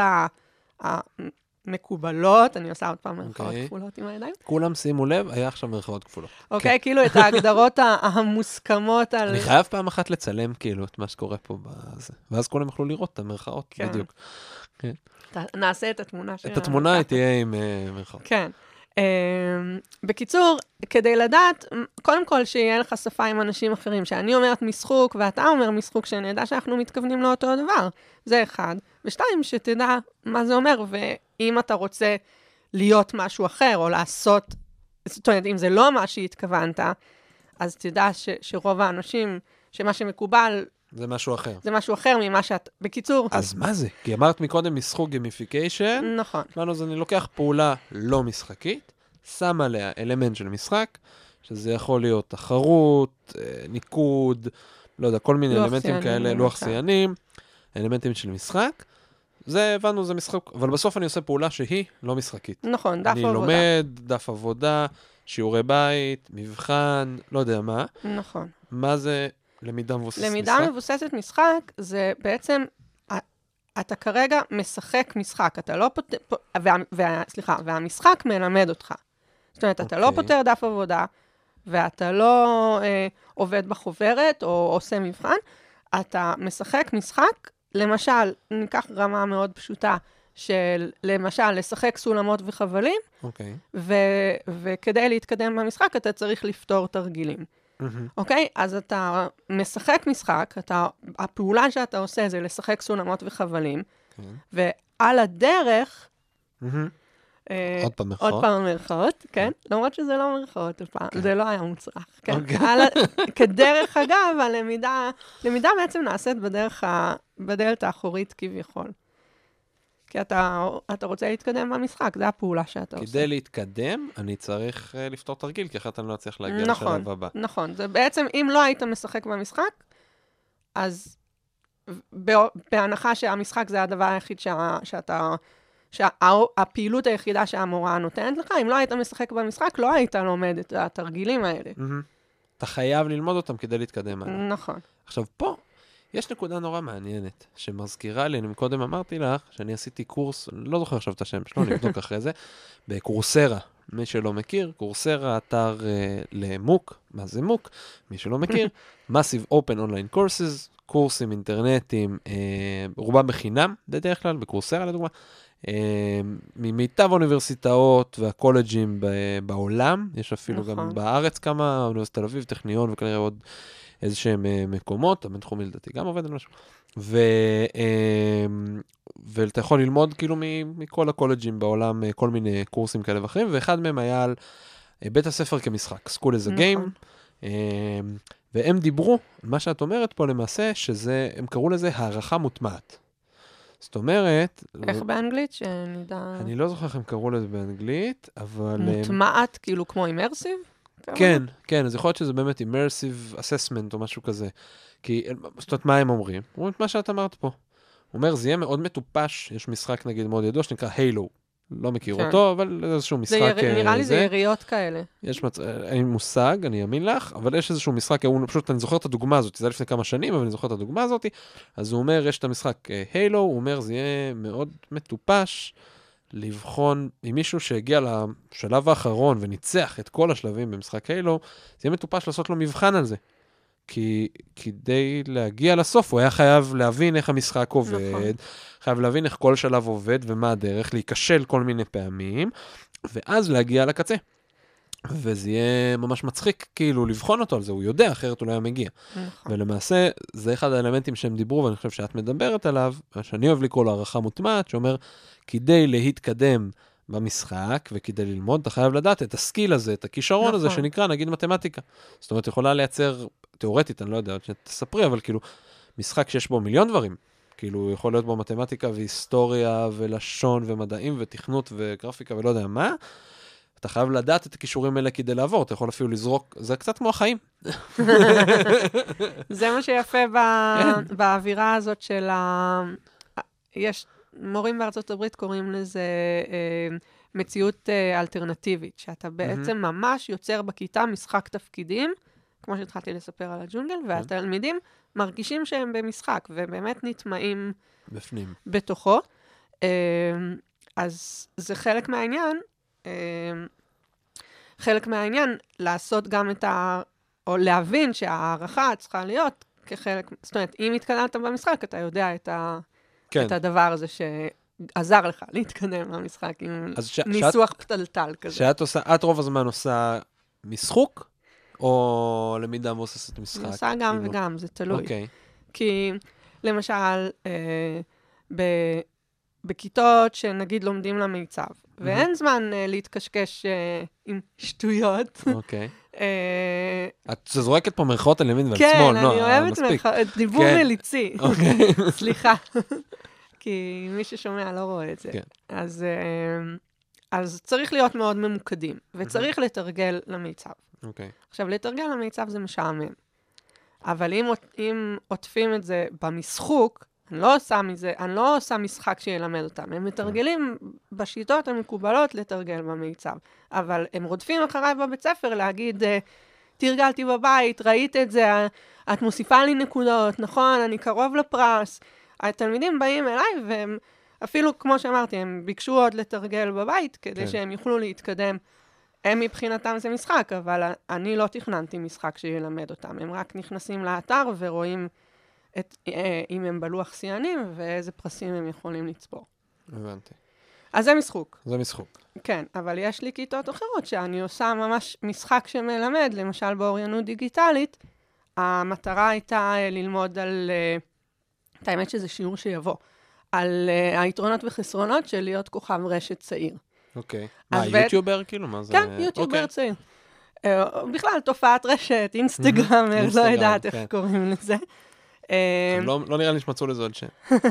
המקובלות, אני עושה עוד פעם מרכאות אוקיי. כפולות עם הידיים. כולם שימו לב, היה עכשיו מרכאות כפולות. אוקיי, כאילו את ההגדרות המוסכמות על... אני חייב פעם אחת לצלם כאילו את מה שקורה פה בזה, ואז כולם יוכלו לראות את המרכאות, כן. בדיוק. כן. נעשה את התמונה. את התמונה היא תהיה עם uh, מרכאות. כן. Um, בקיצור, כדי לדעת, קודם כל שיהיה לך שפה עם אנשים אחרים, שאני אומרת משחוק ואתה אומר משחוק, שאני יודע שאנחנו מתכוונים לאותו דבר. זה אחד. ושתיים, שתדע מה זה אומר, ואם אתה רוצה להיות משהו אחר, או לעשות, זאת אומרת, אם זה לא מה שהתכוונת, אז תדע ש, שרוב האנשים, שמה שמקובל, זה משהו אחר. זה משהו אחר ממה שאת... בקיצור... אז מה זה? כי אמרת מקודם משחוק גימיפיקיישן. נכון. לנו אז אני לוקח פעולה לא משחקית, שם עליה אלמנט של משחק, שזה יכול להיות תחרות, ניקוד, לא יודע, כל מיני אלמנטים כאלה, לוח סיינים, אלמנטים של משחק. זה, הבנו, זה משחק, אבל בסוף אני עושה פעולה שהיא לא משחקית. נכון, דף עבודה. אני לומד, דף עבודה, שיעורי בית, מבחן, לא יודע מה. נכון. מה זה למידה מבוססת משחק? למידה מבוססת משחק זה בעצם, אתה כרגע משחק משחק, אתה לא פותר, וה, וה, סליחה, והמשחק מלמד אותך. זאת אומרת, אתה לא פותר דף עבודה, ואתה לא אה, עובד בחוברת או עושה מבחן, אתה משחק משחק, למשל, ניקח רמה מאוד פשוטה, של למשל, לשחק סולמות וחבלים, אוקיי. ו, וכדי להתקדם במשחק, אתה צריך לפתור תרגילים. אוקיי? אז אתה משחק משחק, אתה, הפעולה שאתה עושה זה לשחק סולמות וחבלים, ועל הדרך, עוד פעם מרכאות. עוד פעם מרכאות, כן? למרות שזה לא מרכאות, זה לא היה מוצרח. כדרך אגב, הלמידה, למידה בעצם נעשית בדלת האחורית כביכול. כי אתה, אתה רוצה להתקדם במשחק, זה הפעולה שאתה כדי עושה. כדי להתקדם, אני צריך uh, לפתור תרגיל, כי אחרת אני לא צריך להגיע נכון, לשלב הבא. נכון, זה בעצם, אם לא היית משחק במשחק, אז בהנחה שהמשחק זה הדבר היחיד שה, שאתה, שהפעילות היחידה שהמורה נותנת לך, אם לא היית משחק במשחק, לא היית לומד את התרגילים האלה. Mm-hmm. אתה חייב ללמוד אותם כדי להתקדם עליהם. נכון. עכשיו, פה יש נקודה נורא מעניינת, שמזכירה לי, אני מקודם אמרתי לך, שאני עשיתי קורס, אני לא זוכר עכשיו את השם שלו, נבדוק אחרי זה, בקורסרה. מי שלא מכיר, קורסרה, אתר uh, למוק, מה זה מוק? מי שלא מכיר, Massive Open Online Courses, קורסים אינטרנטיים, uh, רובם בחינם, בדרך כלל, בקורסרה לדוגמה, uh, ממיטב האוניברסיטאות והקולג'ים ב- בעולם, יש אפילו נכון. גם בארץ כמה, אוניברסיטת תל אביב, טכניון וכנראה עוד איזה שהם uh, מקומות, הבינתחומי לדעתי גם עובד על משהו, ו... uh, ואתה יכול ללמוד כאילו מכל הקולג'ים בעולם, כל מיני קורסים כאלה ואחרים, ואחד מהם היה על בית הספר כמשחק, School is a Game, והם דיברו, מה שאת אומרת פה למעשה, שזה, הם קראו לזה הערכה מוטמעת. זאת אומרת... איך באנגלית? שנדע... אני לא זוכר איך הם קראו לזה באנגלית, אבל... מוטמעת, כאילו כמו אימרסיב? כן, כן, אז יכול להיות שזה באמת immersive assessment או משהו כזה. כי, זאת אומרת, מה הם אומרים? אומרים את מה שאת אמרת פה. הוא אומר, זה יהיה מאוד מטופש, יש משחק נגיד מאוד ידוע שנקרא הילו, לא מכיר כן. אותו, אבל איזשהו משחק... זה יר... נראה לי זה יריות כאלה. יש מצ... אין מושג, אני אאמין לך, אבל יש איזשהו משחק, הוא פשוט, אני זוכר את הדוגמה הזאת, זה לפני כמה שנים, אבל אני זוכר את הדוגמה הזאת, אז הוא אומר, יש את המשחק הילו, הוא אומר, זה יהיה מאוד מטופש לבחון, עם מישהו שהגיע לשלב האחרון וניצח את כל השלבים במשחק הילו, זה יהיה מטופש לעשות לו מבחן על זה. כי כדי להגיע לסוף, הוא היה חייב להבין איך המשחק עובד, נכון. חייב להבין איך כל שלב עובד ומה הדרך, להיכשל כל מיני פעמים, ואז להגיע לקצה. וזה יהיה ממש מצחיק, כאילו, לבחון אותו על זה, הוא יודע, אחרת הוא לא היה מגיע. נכון. ולמעשה, זה אחד האלמנטים שהם דיברו, ואני חושב שאת מדברת עליו, שאני אוהב לקרוא לו הערכה מוטמעת, שאומר, כדי להתקדם במשחק, וכדי ללמוד, אתה חייב לדעת את הסקיל הזה, את הכישרון נכון. הזה, שנקרא, נגיד, מתמטיקה. זאת אומרת, יכולה לייצר, תיאורטית, אני לא יודע, שתספרי, אבל כאילו, משחק שיש בו מיליון דברים, כאילו, יכול להיות בו מתמטיקה והיסטוריה ולשון ומדעים ותכנות וגרפיקה ולא יודע מה, אתה חייב לדעת את הכישורים האלה כדי לעבור, אתה יכול אפילו לזרוק, זה קצת כמו החיים. זה מה שיפה ב... באווירה הזאת של ה... יש מורים בארצות הברית קוראים לזה אה, מציאות אה, אלטרנטיבית, שאתה בעצם ממש יוצר בכיתה משחק תפקידים, כמו שהתחלתי לספר על הג'ונגל, והתלמידים מרגישים שהם במשחק, ובאמת נטמעים בפנים. בתוכו. אז זה חלק מהעניין, חלק מהעניין לעשות גם את ה... או להבין שהערכה צריכה להיות כחלק... זאת אומרת, אם התקדמת במשחק, אתה יודע את, ה... כן. את הדבר הזה שעזר לך להתקדם במשחק, עם ש... ניסוח שאת... פתלתל כזה. שאת עושה, את רוב הזמן עושה משחוק, או למידה מבוססת משחק? אני עושה גם כאילו... וגם, זה תלוי. אוקיי. כי למשל, אה, ב... בכיתות שנגיד לומדים למיצב, mm-hmm. ואין זמן uh, להתקשקש uh, עם שטויות. אוקיי. Okay. uh, את זורקת פה מרכאות על ימין ועל כן, שמאל, אני לא, אוהבת מספיק. מרכאות, דיבור כן. מליצי. אוקיי. סליחה. כי מי ששומע לא רואה את זה. כן. אז, uh, אז צריך להיות מאוד ממוקדים, וצריך mm-hmm. לתרגל למיצב. אוקיי. Okay. עכשיו, לתרגל למיצב זה משעמם. אבל אם, אם עוטפים את זה במשחוק, אני לא עושה מזה, אני לא עושה משחק שילמד אותם. הם מתרגלים בשיטות המקובלות לתרגל במיצב. אבל הם רודפים אחריי בבית ספר להגיד, תרגלתי בבית, ראית את זה, את מוסיפה לי נקודות, נכון, אני קרוב לפרס. התלמידים באים אליי, והם אפילו, כמו שאמרתי, הם ביקשו עוד לתרגל בבית, כדי כן. שהם יוכלו להתקדם. הם מבחינתם זה משחק, אבל אני לא תכננתי משחק שילמד אותם. הם רק נכנסים לאתר ורואים... את, אה, אם הם בלוח סיינים, ואיזה פרסים הם יכולים לצבור. הבנתי. אז זה משחוק. זה משחוק. כן, אבל יש לי כיתות אחרות שאני עושה ממש משחק שמלמד, למשל באוריינות דיגיטלית, המטרה הייתה אה, ללמוד על, אה, את האמת שזה שיעור שיבוא, על אה, היתרונות וחסרונות של להיות כוכב רשת צעיר. אוקיי. מה, יוטיובר כאילו? מה זה? כן, יוטיובר צעיר. אה, בכלל, תופעת רשת, אינסטגרמר, לא יודעת איך קוראים לזה. לא נראה לי שמצאו לזה עוד שם.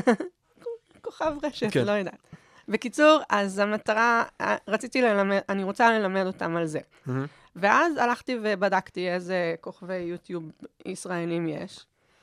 כוכב רשת, לא יודעת. בקיצור, אז המטרה, רציתי ללמד, אני רוצה ללמד אותם על זה. ואז הלכתי ובדקתי איזה כוכבי יוטיוב ישראלים יש.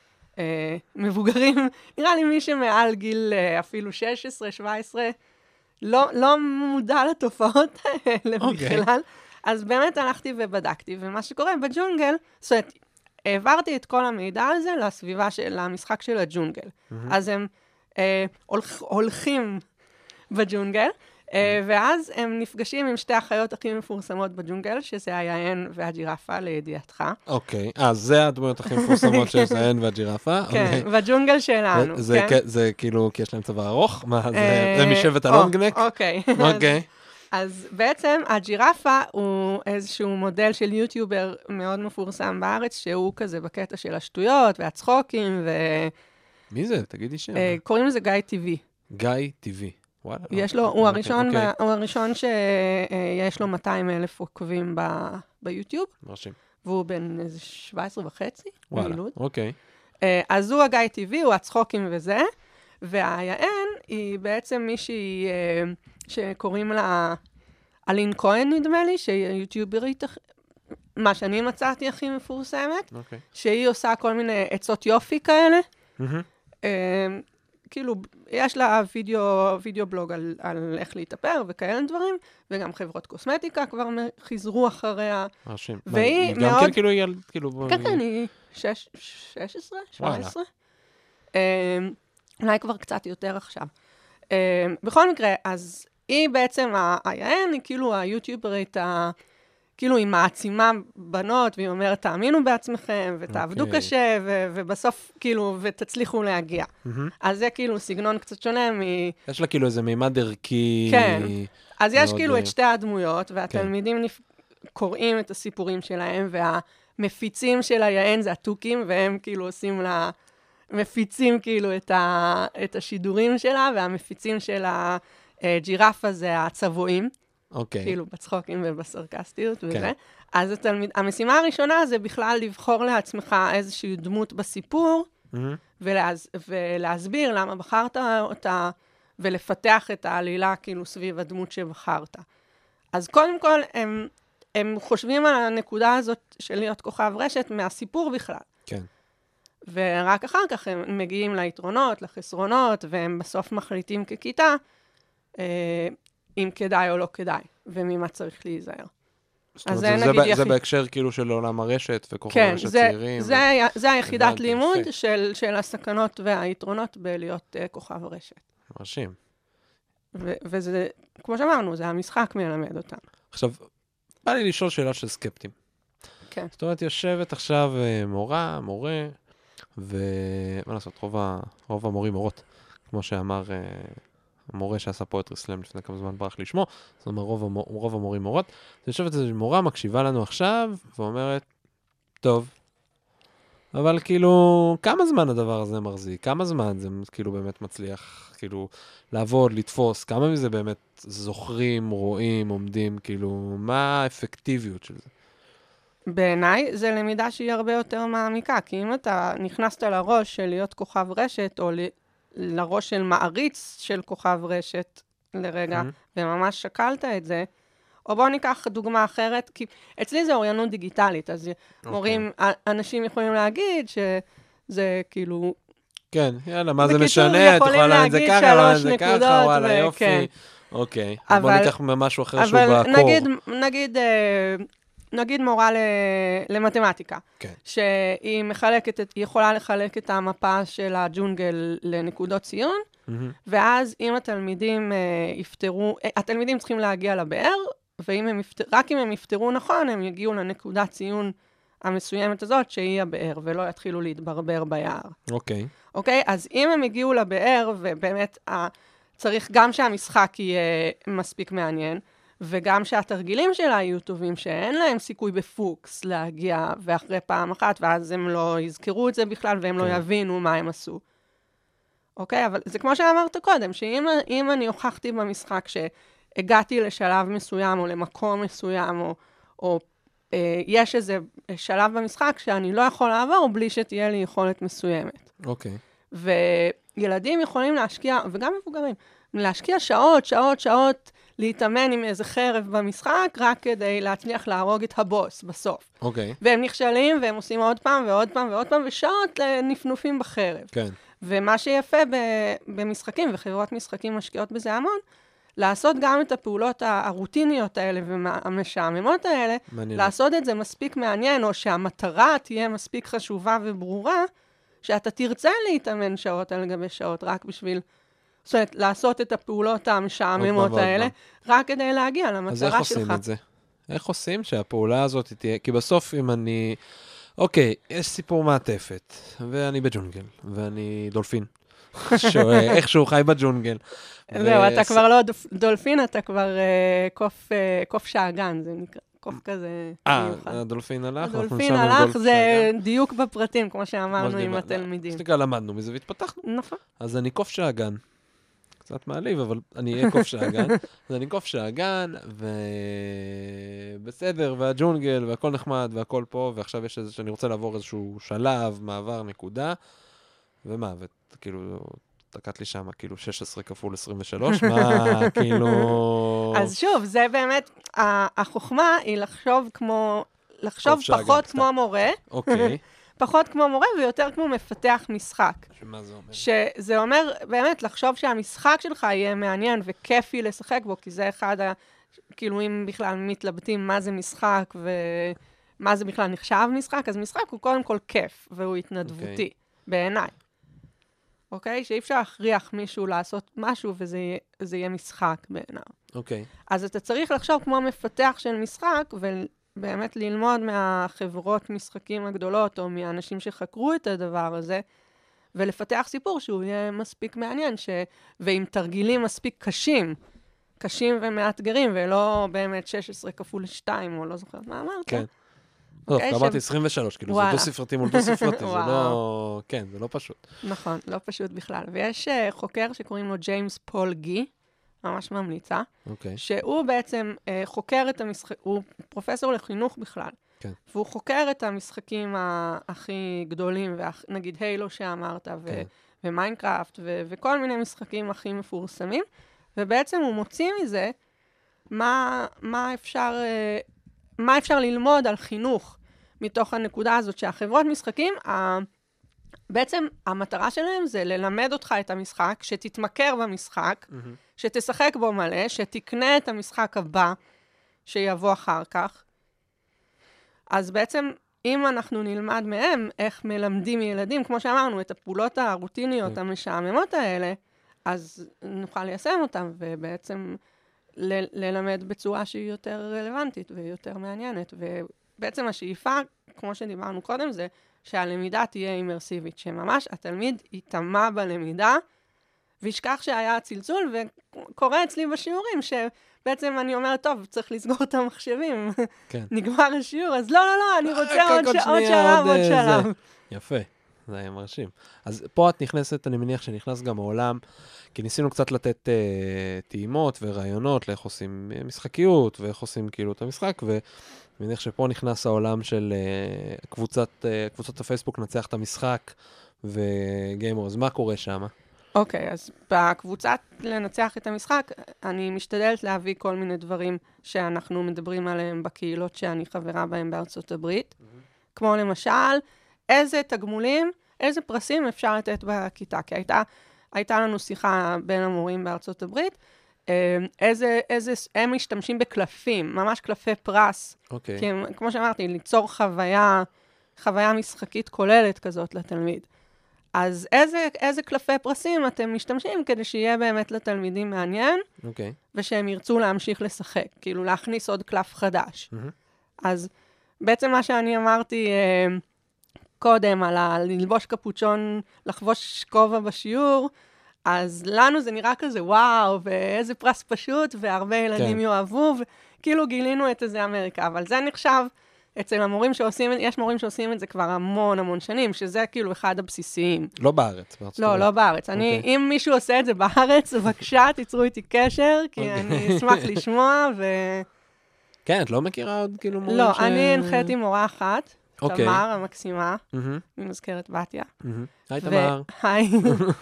מבוגרים, נראה לי מי שמעל גיל אפילו שש עשרה שבע עשרה, לא מודע לתופעות האלה בכלל. אז באמת הלכתי ובדקתי, ומה שקורה בג'ונגל, זאת אומרת, העברתי את כל המידע הזה לסביבה של המשחק של הג'ונגל. Mm-hmm. אז הם אה, הולכ, הולכים בג'ונגל, אה, ואז הם נפגשים עם שתי החיות הכי מפורסמות בג'ונגל, שזה היען והג'ירפה, לידיעתך. אוקיי, אז זה הדמויות הכי מפורסמות שיש היען והג'ירפה. כן, בג'ונגל שלנו. זה, כן? זה כאילו, כי יש להם צבא ארוך? מה, זה, זה משבט הלונגנק? אוקיי. אוקיי. אז בעצם הג'ירפה הוא איזשהו מודל של יוטיובר מאוד מפורסם בארץ, שהוא כזה בקטע של השטויות והצחוקים ו... מי זה? תגידי שם. קוראים לזה גיא טיווי. גיא טיווי. וואלה. יש לו, הוא הראשון, הוא הראשון שיש לו מאתיים אלף עוקבים ביוטיוב. מרשים. והוא בן איזה שבע עשרה וחצי. וואלה, אוקיי. אז הוא הגיא טיווי, הוא הצחוקים וזה. והיען היא בעצם מישהי שקוראים לה אלין כהן, נדמה לי, שהיא יוטיוברית, מה שאני מצאתי הכי מפורסמת, okay. שהיא עושה כל מיני עצות יופי כאלה. Mm-hmm. כאילו, יש לה וידאו, וידאו בלוג על, על איך להתאפר וכאלה דברים, וגם חברות קוסמטיקה כבר חיזרו אחריה. מרשים. והיא גם מאוד... כן כאילו היא... כאילו... כן, כן, היא שש עשרה, שבע עשרה. אולי כבר קצת יותר עכשיו. Uh, בכל מקרה, אז היא בעצם, היען היא כאילו היוטיוברית, ה... כאילו היא מעצימה בנות, והיא אומרת, תאמינו בעצמכם, ותעבדו okay. קשה, ו- ובסוף כאילו, ותצליחו להגיע. Mm-hmm. אז זה כאילו סגנון קצת שונה מ... יש לה כאילו איזה מימד ערכי... כן. אז יש כאילו את שתי הדמויות, והתלמידים כן. נפ... קוראים את הסיפורים שלהם, והמפיצים של היען זה הטוקים, והם כאילו עושים לה... מפיצים כאילו את, ה, את השידורים שלה, והמפיצים של הג'ירפה זה הצבועים. אוקיי. Okay. כאילו בצחוקים ובסרקסטיות וזה. כן. אז התלמיד, המשימה הראשונה זה בכלל לבחור לעצמך איזושהי דמות בסיפור, mm-hmm. ולהס, ולהסביר למה בחרת אותה, ולפתח את העלילה כאילו סביב הדמות שבחרת. אז קודם כל, הם, הם חושבים על הנקודה הזאת של להיות כוכב רשת מהסיפור בכלל. כן. ורק אחר כך הם מגיעים ליתרונות, לחסרונות, והם בסוף מחליטים ככיתה, אה, אם כדאי או לא כדאי, וממה צריך להיזהר. אז זה, נגיד זה, יחיד... זה בהקשר כאילו של עולם הרשת וכוכב כן, הרשת זה, צעירים. זה, ו... זה היחידת הבנתי, לימוד של, של הסכנות והיתרונות בלהיות uh, כוכב הרשת. מרשים. ו- וזה, כמו שאמרנו, זה המשחק מלמד אותם. עכשיו, בא לי לשאול שאלה של סקפטים. כן. זאת אומרת, יושבת עכשיו מורה, מורה, ומה לעשות, רוב, ה... רוב המורים מורות, כמו שאמר המורה שעשה פואטרי סלאם לפני כמה זמן ברח לשמו, זאת אומרת, רוב, המור... רוב המורים מורות. יושבת איזו מורה, מקשיבה לנו עכשיו, ואומרת, טוב, אבל כאילו, כמה זמן הדבר הזה מחזיק? כמה זמן זה כאילו באמת מצליח, כאילו, לעבוד, לתפוס? כמה מזה באמת זוכרים, רואים, עומדים, כאילו, מה האפקטיביות של זה? בעיניי, זה למידה שהיא הרבה יותר מעמיקה, כי אם אתה נכנסת לראש של להיות כוכב רשת, או ל... לראש של מעריץ של כוכב רשת לרגע, mm-hmm. וממש שקלת את זה, או בואו ניקח דוגמה אחרת, כי אצלי זה אוריינות דיגיטלית, אז okay. מורים, אנשים יכולים להגיד שזה כאילו... כן, יאללה, מה זה בקיצור, משנה? את יכולה להגיד זה ככה, שלוש זה נקודות, ככה, וואלה, ו... יופי. כן. אוקיי, אבל, בואו ניקח משהו אחר שהוא אבל בקור. נגיד, נגיד, נגיד מורה ל... למתמטיקה, כן. שהיא מחלקת, היא יכולה לחלק את המפה של הג'ונגל לנקודות ציון, mm-hmm. ואז אם התלמידים uh, יפתרו, התלמידים צריכים להגיע לבאר, ואם הם יפתר, רק אם הם יפתרו נכון, הם יגיעו לנקודת ציון המסוימת הזאת, שהיא הבאר, ולא יתחילו להתברבר ביער. אוקיי. אוקיי? אז אם הם יגיעו לבאר, ובאמת uh, צריך גם שהמשחק יהיה מספיק מעניין, וגם שהתרגילים שלה יהיו טובים, שאין להם סיכוי בפוקס להגיע, ואחרי פעם אחת, ואז הם לא יזכרו את זה בכלל, והם כן. לא יבינו מה הם עשו. אוקיי? אבל זה כמו שאמרת קודם, שאם אני הוכחתי במשחק שהגעתי לשלב מסוים, או למקום מסוים, או, או אה, יש איזה שלב במשחק שאני לא יכול לעבור, בלי שתהיה לי יכולת מסוימת. אוקיי. וילדים יכולים להשקיע, וגם מבוגרים, להשקיע שעות, שעות, שעות, להתאמן עם איזה חרב במשחק, רק כדי להצליח להרוג את הבוס בסוף. אוקיי. והם נכשלים, והם עושים עוד פעם, ועוד פעם, ועוד פעם, ושעות נפנופים בחרב. כן. ומה שיפה במשחקים, וחברות משחקים משקיעות בזה המון, לעשות גם את הפעולות הרוטיניות האלה, והמשעממות האלה, לעשות את זה מספיק מעניין, או שהמטרה תהיה מספיק חשובה וברורה, שאתה תרצה להתאמן שעות על גבי שעות, רק בשביל... זאת אומרת, לעשות את הפעולות המשעממות האלה, רק כדי להגיע למטרה שלך. אז איך עושים את זה? איך עושים שהפעולה הזאת תהיה? כי בסוף אם אני... אוקיי, יש סיפור מעטפת, ואני בג'ונגל, ואני דולפין. איכשהו חי בג'ונגל. זהו, אתה כבר לא דולפין, אתה כבר קוף שעגן, זה נקרא. קוף כזה מיוחד. אה, הדולפין הלך? הדולפין הלך, זה דיוק בפרטים, כמו שאמרנו עם התלמידים. סליחה, למדנו מזה והתפתחנו. נכון. אז אני קוף שעגן. קצת מעליב, אבל אני אהיה קוף שעגן. אז אני קוף שעגן, ובסדר, והג'ונגל, והכל נחמד, והכל פה, ועכשיו יש איזה שאני רוצה לעבור איזשהו שלב, מעבר, נקודה, ומה, וכאילו... תקעת לי שם, כאילו, שש עשרה כפול עשרים ושלוש, מה, כאילו... אז שוב, זה באמת, החוכמה היא לחשוב כמו, לחשוב פחות כמו מורה, אוקיי. פחות כמו מורה ויותר כמו מפתח משחק. שמה זה אומר? שזה אומר, באמת, לחשוב שהמשחק שלך יהיה מעניין וכיפי לשחק בו, כי זה אחד ה... כאילו, אם בכלל מתלבטים מה זה משחק ומה זה בכלל נחשב משחק, אז משחק הוא קודם כל כיף, והוא התנדבותי, בעיניי. אוקיי? שאי אפשר להכריח מישהו לעשות משהו, וזה יהיה משחק בעיניו. אוקיי. אז אתה צריך לחשוב כמו מפתח של משחק, ובאמת ללמוד מהחברות משחקים הגדולות, או מהאנשים שחקרו את הדבר הזה, ולפתח סיפור שהוא יהיה מספיק מעניין, ש... ועם תרגילים מספיק קשים, קשים ומאתגרים, ולא באמת שש עשרה כפול שתיים, או לא זוכרת מה אמרת. כן. טוב, אמרתי עשרים ושלוש, כאילו, זה דו-ספרתי מול דו-ספרתי, זה לא... כן, זה לא פשוט. נכון, לא פשוט בכלל. ויש חוקר שקוראים לו ג'יימס פול גי, ממש ממליצה, שהוא בעצם חוקר את המשחק, הוא פרופסור לחינוך בכלל, והוא חוקר את המשחקים הכי גדולים, נגיד הילו שאמרת, ומיינקראפט, וכל מיני משחקים הכי מפורסמים, ובעצם הוא מוציא מזה מה אפשר... מה אפשר ללמוד על חינוך מתוך הנקודה הזאת, שהחברות משחקים, ה... בעצם המטרה שלהם זה ללמד אותך את המשחק, שתתמכר במשחק, mm-hmm. שתשחק בו מלא, שתקנה את המשחק הבא שיבוא אחר כך, אז בעצם, אם אנחנו נלמד מהם איך מלמדים ילדים, כמו שאמרנו, את הפעולות הרוטיניות המשעממות האלה, אז נוכל ליישם אותם, ובעצם ל- ללמד בצורה שהיא יותר רלוונטית ויותר מעניינת. ובעצם השאיפה, כמו שדיברנו קודם, זה שהלמידה תהיה אימרסיבית, שממש התלמיד יתאמה בלמידה, וישכח שהיה צלצול, וקורה אצלי בשיעורים, שבעצם אני אומרת, טוב, צריך לסגור את המחשבים. כן. נגמר השיעור, אז לא, לא, לא, אני רוצה עוד, ש... עוד שלב, עוד שלב. זה... יפה, זה היה מרשים. אז פה את נכנסת, אני מניח שנכנס גם העולם, כי ניסינו קצת לתת uh, טעימות ורעיונות לאיך עושים משחקיות, ואיך עושים כאילו את המשחק, ואני מניח שפה נכנס העולם של uh, קבוצת, uh, קבוצות הפייסבוק נצח את המשחק, וגיימר, אז מה קורה שם? אוקיי, okay, אז בקבוצת לנצח את המשחק, אני משתדלת להביא כל מיני דברים שאנחנו מדברים עליהם בקהילות שאני חברה בהם בארצות הברית. Mm-hmm. כמו למשל, איזה תגמולים, איזה פרסים אפשר לתת בכיתה. כי הייתה, הייתה לנו שיחה בין המורים בארצות הברית, איזה, איזה, הם משתמשים בקלפים, ממש קלפי פרס. אוקיי. Okay. כי הם, כמו שאמרתי, ליצור חוויה, חוויה משחקית כוללת כזאת לתלמיד. אז איזה, איזה קלפי פרסים אתם משתמשים כדי שיהיה באמת לתלמידים מעניין, okay. ושהם ירצו להמשיך לשחק, כאילו להכניס עוד קלף חדש. Mm-hmm. אז בעצם מה שאני אמרתי אה, קודם על ה- ללבוש קפוצ'ון, לחבוש כובע בשיעור, אז לנו זה נראה כזה וואו, ואיזה פרס פשוט, והרבה ילדים כן. יאהבו, וכאילו גילינו את איזה אמריקה, אבל זה נחשב... אצל המורים שעושים, יש מורים שעושים את זה כבר המון המון שנים, שזה כאילו אחד הבסיסיים. לא בארץ. לא, לא בארץ. אני, אם מישהו עושה את זה בארץ, בבקשה, תיצרו איתי קשר, כי אני אשמח לשמוע, ו... כן, את לא מכירה עוד כאילו מורים לא, ש... לא, אני הנחיתי מורה אחת, תמר המקסימה, ממזכרת בתיה. היי, תמר. היי.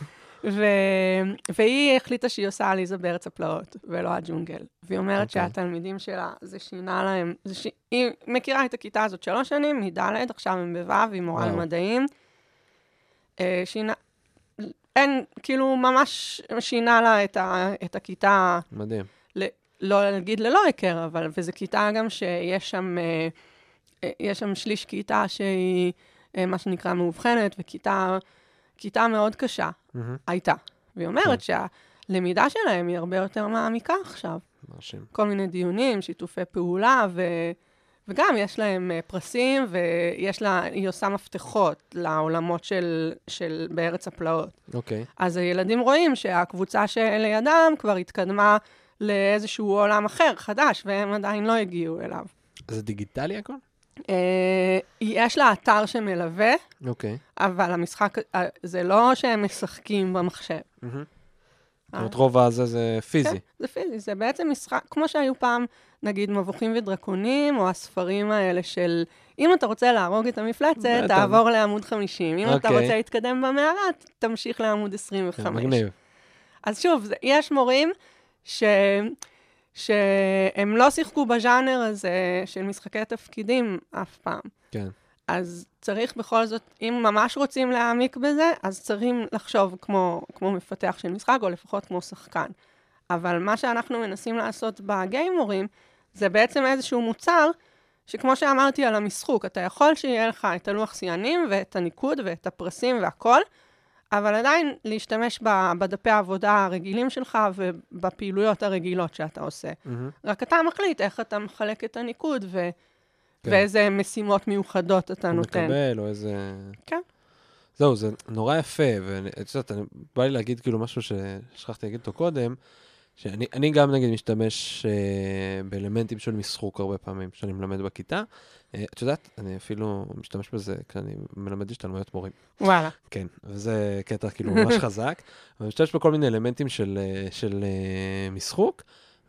והיא החליטה שהיא עושה עליזה בארץ הפלאות, ולא הג'ונגל. והיא אומרת שהתלמידים שלה, זה שינה להם, היא מכירה את הכיתה הזאת שלוש שנים, היא ד', עכשיו הם בו', היא מורה למדעים. שינה, אין, כאילו ממש שינה לה את הכיתה. מדהים. לא להגיד ללא היכר, אבל, וזו כיתה גם שיש שם, יש שם שליש כיתה שהיא, מה שנקרא, מאובחנת, וכיתה... כיתה מאוד קשה, mm-hmm. הייתה. והיא אומרת okay. שהלמידה שלהם היא הרבה יותר מעמיקה עכשיו. מרשים. כל מיני דיונים, שיתופי פעולה, ו... וגם יש להם uh, פרסים, ויש לה, היא עושה מפתחות לעולמות של, של בארץ הפלאות. אוקיי. Okay. אז הילדים רואים שהקבוצה שלידם כבר התקדמה לאיזשהו עולם אחר, חדש, והם עדיין לא הגיעו אליו. זה דיגיטלי הכל? Uh, יש לה אתר שמלווה, אוקיי. אבל המשחק, uh, זה לא שהם משחקים במחשב. זאת אומרת, רוב הזה זה פיזי. כן, זה פיזי, זה בעצם משחק, כמו שהיו פעם, נגיד, מבוכים ודרקונים, או הספרים האלה של, אם אתה רוצה להרוג את המפלצת, תעבור לעמוד חמישים. אם אתה רוצה להתקדם במערה, תמשיך לעמוד עשרים וחמש. מגניב. אז שוב, יש מורים ש... שהם לא שיחקו בז'אנר הזה של משחקי תפקידים אף פעם. כן. אז צריך בכל זאת, אם ממש רוצים להעמיק בזה, אז צריכים לחשוב כמו, כמו מפתח של משחק, או לפחות כמו שחקן. אבל מה שאנחנו מנסים לעשות בגיימורים, זה בעצם איזשהו מוצר, שכמו שאמרתי על המשחוק, אתה יכול שיהיה לך את הלוח שיאנים, ואת הניקוד, ואת הפרסים והכל, אבל עדיין להשתמש בדפי העבודה הרגילים שלך ובפעילויות הרגילות שאתה עושה. Mm-hmm. רק אתה מחליט איך אתה מחלק את הניקוד ו... כן. ואיזה משימות מיוחדות אתה נותן. מקבל או איזה... כן. זהו, זה נורא יפה, ואת יודעת, בא לי להגיד כאילו משהו ששכחתי להגיד אותו קודם, שאני אני גם נגיד משתמש uh, באלמנטים של משחוק הרבה פעמים, שאני מלמד בכיתה. Uh, את יודעת, אני אפילו משתמש בזה, כי אני מלמד השתלמויות מורים. וואלה. כן, וזה קטע כאילו ממש חזק. ואני משתמש בכל מיני אלמנטים של, של uh, משחוק,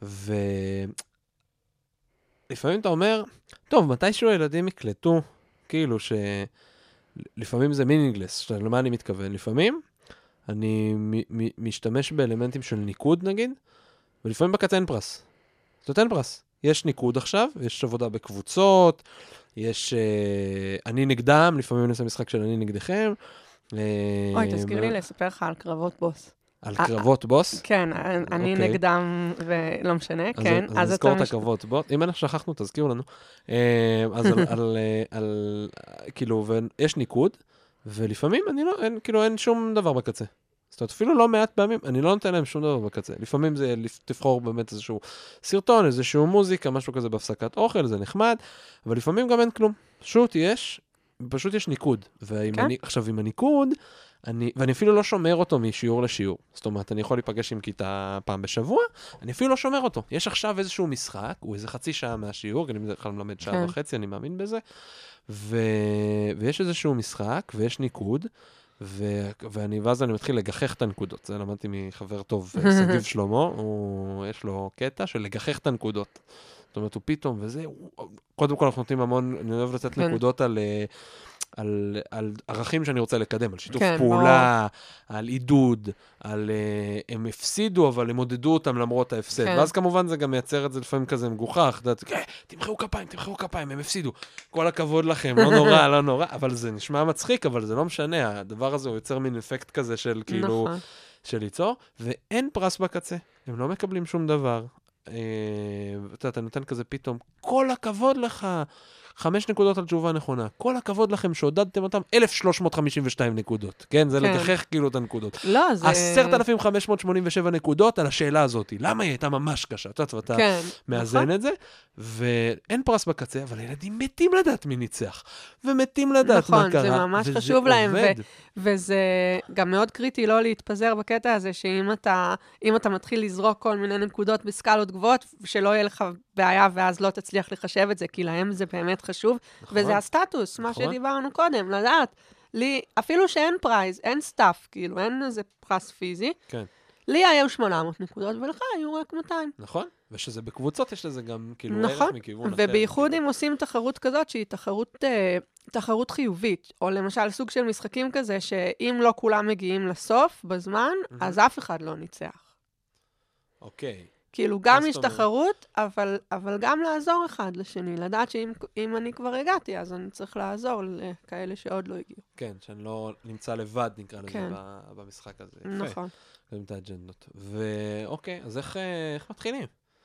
ולפעמים אתה אומר, טוב, מתישהו הילדים יקלטו, כאילו שלפעמים זה מינינגלס, למה אני מתכוון? לפעמים אני מ- מ- משתמש באלמנטים של ניקוד נגיד, ולפעמים בקצה אין פרס. זאת אין פרס. יש ניקוד עכשיו, יש עבודה בקבוצות, יש אה, אני נגדם, לפעמים אני עושה משחק של אני נגדכם. אוי, תזכיר לי לספר לך על קרבות בוס. על קרבות בוס? כן, אני נגדם ולא משנה, כן. אז נזכור את הקרבות בוס. אם אנחנו שכחנו, תזכירו לנו. אז על, כאילו, יש ניקוד, ולפעמים אני לא, כאילו, אין שום דבר בקצה. זאת אומרת, אפילו לא מעט פעמים, אני לא נותן להם שום דבר בקצה. לפעמים זה תבחור באמת איזשהו סרטון, איזשהו מוזיקה, משהו כזה בהפסקת אוכל, זה נחמד, אבל לפעמים גם אין כלום. פשוט יש, פשוט יש ניקוד. עכשיו, עם הניקוד, אני, ואני אפילו לא שומר אותו משיעור לשיעור. זאת אומרת, אני יכול להיפגש עם כיתה פעם בשבוע, אני אפילו לא שומר אותו. יש עכשיו איזשהו משחק, הוא איזה חצי שעה מהשיעור, כי אני בדרך כלל מלמד שעה וחצי, אני מאמין בזה, ו... ויש איזשהו משחק, ויש ניקוד, ו... ואני, ואז אני מתחיל לגחך את הנקודות. זה למדתי מחבר טוב, סגיב שלמה, הוא... יש לו קטע של לגחך את הנקודות. זאת אומרת, הוא פתאום, וזה, הוא... קודם כל אנחנו נותנים המון, אני אוהב לתת נקודות על... על, על ערכים שאני רוצה לקדם, על שיתוף כן, פעולה, ברור. על עידוד, על uh, הם הפסידו, אבל הם עודדו אותם למרות ההפסד. כן. ואז כמובן זה גם מייצר את זה לפעמים כזה מגוחך, כן, תמחאו כפיים, תמחאו כפיים, הם הפסידו. כל הכבוד לכם, לא נורא, לא נורא, אבל זה נשמע מצחיק, אבל זה לא משנה, הדבר הזה הוא יוצר מין אפקט כזה של כאילו, נכון. של ליצור, ואין פרס בקצה, הם לא מקבלים שום דבר. אה, אתה, אתה נותן כזה פתאום, כל הכבוד לך, חמש נקודות על תשובה נכונה. כל הכבוד לכם שעודדתם אותם, אלף שלוש מאות חמישים ושתיים נקודות. כן? זה כן. לגחך כאילו את הנקודות. לא, זה... עשרת אלפים חמש מאות שמונים ושבע נקודות על השאלה הזאת. למה היא הייתה ממש קשה? אתה, ואתה כן. מאזן נכון? את זה, ואין פרס בקצה, אבל הילדים מתים לדעת מי ניצח. ומתים לדעת נכון, מה קרה. נכון, זה ממש חשוב להם. ו- וזה גם מאוד קריטי לא להתפזר בקטע הזה, שאם אתה, אם אתה מתחיל לזרוק כל מיני נקודות בסקלות גבוהות, שלא יהיה לך בעיה, ואז לא תצליח לחשב את זה, כי להם זה באמת חשוב, נכון. וזה הסטטוס, נכון. מה שדיברנו קודם, לדעת. לי, אפילו שאין פרייז, אין סטאפ, כאילו, אין איזה פרס פיזי. כן. לי היו שמונה מאות נקודות, ולך היו רק מאתיים. נכון, ושזה בקבוצות יש לזה גם, כאילו, נכון. ערך מכיוון אחר. ובייחוד אם עושים תחרות כזאת, שהיא תחרות, אה, תחרות חיובית, או למשל סוג של משחקים כזה, שאם לא כולם מגיעים לסוף, בזמן, mm-hmm. אז אף אחד לא ניצח. אוקיי. כאילו, גם יש תחרות, אבל, אבל גם לעזור אחד לשני, לדעת שאם אם אני כבר הגעתי, אז אני צריך לעזור לכאלה שעוד לא הגיעו. כן, שאני לא נמצא לבד, נקרא לזה, כן. במשחק הזה. יפה. נכון. קודם את האג'נדות. ואוקיי, אז איך, איך מתחילים?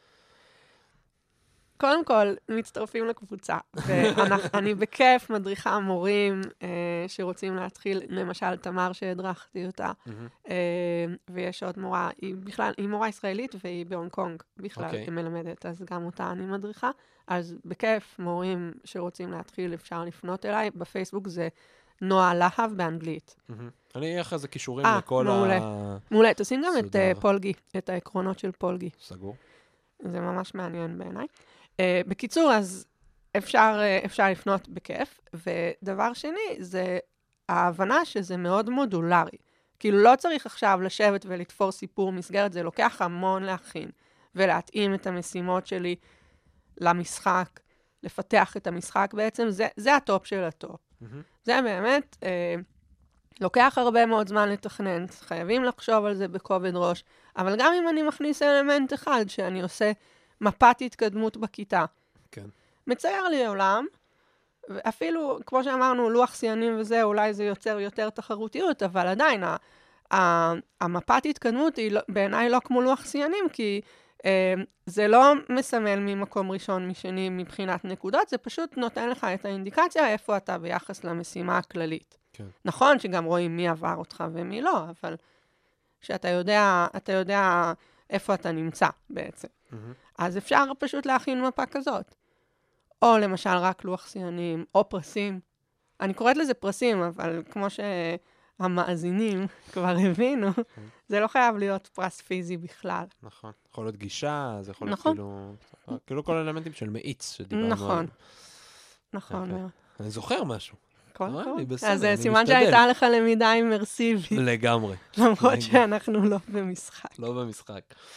קודם כל, מצטרפים לקבוצה. ואני בכיף מדריכה מורים אה, שרוצים להתחיל, למשל, תמר שהדרכתי אותה, אה, ויש עוד מורה, היא בכלל, היא מורה ישראלית והיא בהונג קונג בכלל, okay. היא מלמדת, אז גם אותה אני מדריכה. אז בכיף, מורים שרוצים להתחיל, אפשר לפנות אליי. בפייסבוק זה נועה להב באנגלית. אני אהיה אחרי זה קישורים לכל ה... מעולה. מעולה, תשים גם את פולגי, את העקרונות של פולגי. סגור. זה ממש מעניין בעיניי. Uh, בקיצור, אז אפשר, uh, אפשר לפנות בכיף, ודבר שני, זה ההבנה שזה מאוד מודולרי. כאילו לא צריך עכשיו לשבת ולתפור סיפור מסגרת, זה לוקח המון להכין, ולהתאים את המשימות שלי למשחק, לפתח את המשחק בעצם, זה, זה הטופ של הטופ. Mm-hmm. זה באמת, uh, לוקח הרבה מאוד זמן לתכנן, חייבים לחשוב על זה בכובד ראש, אבל גם אם אני מכניס אלמנט אחד שאני עושה, מפת התקדמות בכיתה. כן. מצייר לי עולם, ואפילו, כמו שאמרנו, לוח סיינים וזה, אולי זה יוצר יותר תחרותיות, אבל עדיין, ה- ה- המפת התקדמות היא לא, בעיניי לא כמו לוח סיינים, כי אה, זה לא מסמל ממקום ראשון, משני, מבחינת נקודות, זה פשוט נותן לך את האינדיקציה איפה אתה ביחס למשימה הכללית. כן. נכון שגם רואים מי עבר אותך ומי לא, אבל שאתה יודע, אתה יודע איפה אתה נמצא בעצם. אז אפשר פשוט להכין מפה כזאת. או למשל רק לוח סיינים, או פרסים. אני קוראת לזה פרסים, אבל כמו שהמאזינים כבר הבינו, זה לא חייב להיות פרס פיזי בכלל. נכון. יכול להיות גישה, זה יכול להיות כאילו... כאילו כל האלמנטים של מאיץ שדיברנו עליהם. נכון. נכון מאוד. אני זוכר משהו. כל כך. אז סימן שהייתה לך למידה אימרסיבית. לגמרי. למרות שאנחנו לא במשחק. לא במשחק.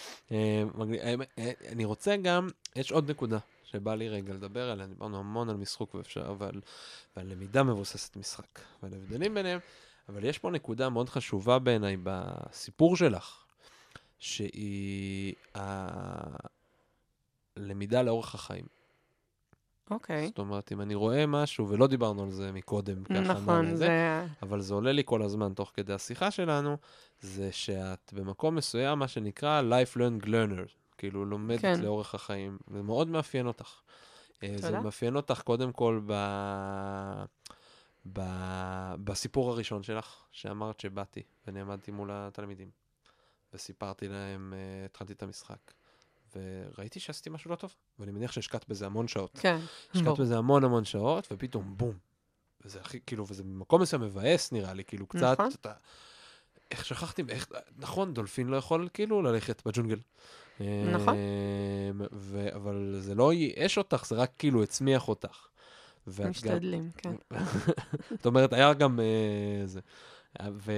אני רוצה גם, יש עוד נקודה שבא לי רגע לדבר עליה, דיברנו המון על משחק ואפשר, אבל ועל למידה מבוססת משחק, ועל הבדלים ביניהם, אבל יש פה נקודה מאוד חשובה בעיניי בסיפור שלך, שהיא הלמידה לאורך החיים. אוקיי. זאת אומרת, אם אני רואה משהו, ולא דיברנו על זה מקודם, ככה נכון, לזה, זה... אבל זה עולה לי כל הזמן תוך כדי השיחה שלנו, זה שאת במקום מסוים, מה שנקרא life-learned learner, כאילו לומדת כן. לאורך החיים, זה מאוד מאפיין אותך. תודה. זה מאפיין אותך קודם כל ב... ב... בסיפור הראשון שלך, שאמרת שבאתי ונעמדתי מול התלמידים, וסיפרתי להם, uh, התחלתי את המשחק, וראיתי שעשיתי משהו לא טוב, ואני מניח שהשקעת בזה המון שעות. כן. השקעת בזה המון המון שעות, ופתאום בום. וזה הכי, כאילו, וזה במקום מסוים מבאס נראה לי, כאילו קצת, נכון. אתה... איך שכחתי, איך, נכון, דולפין לא יכול כאילו ללכת בג'ונגל. נכון. ו... אבל זה לא ייאש אותך, זה רק כאילו הצמיח אותך. משתדלים, כן. זאת אומרת, היה גם זה. ו...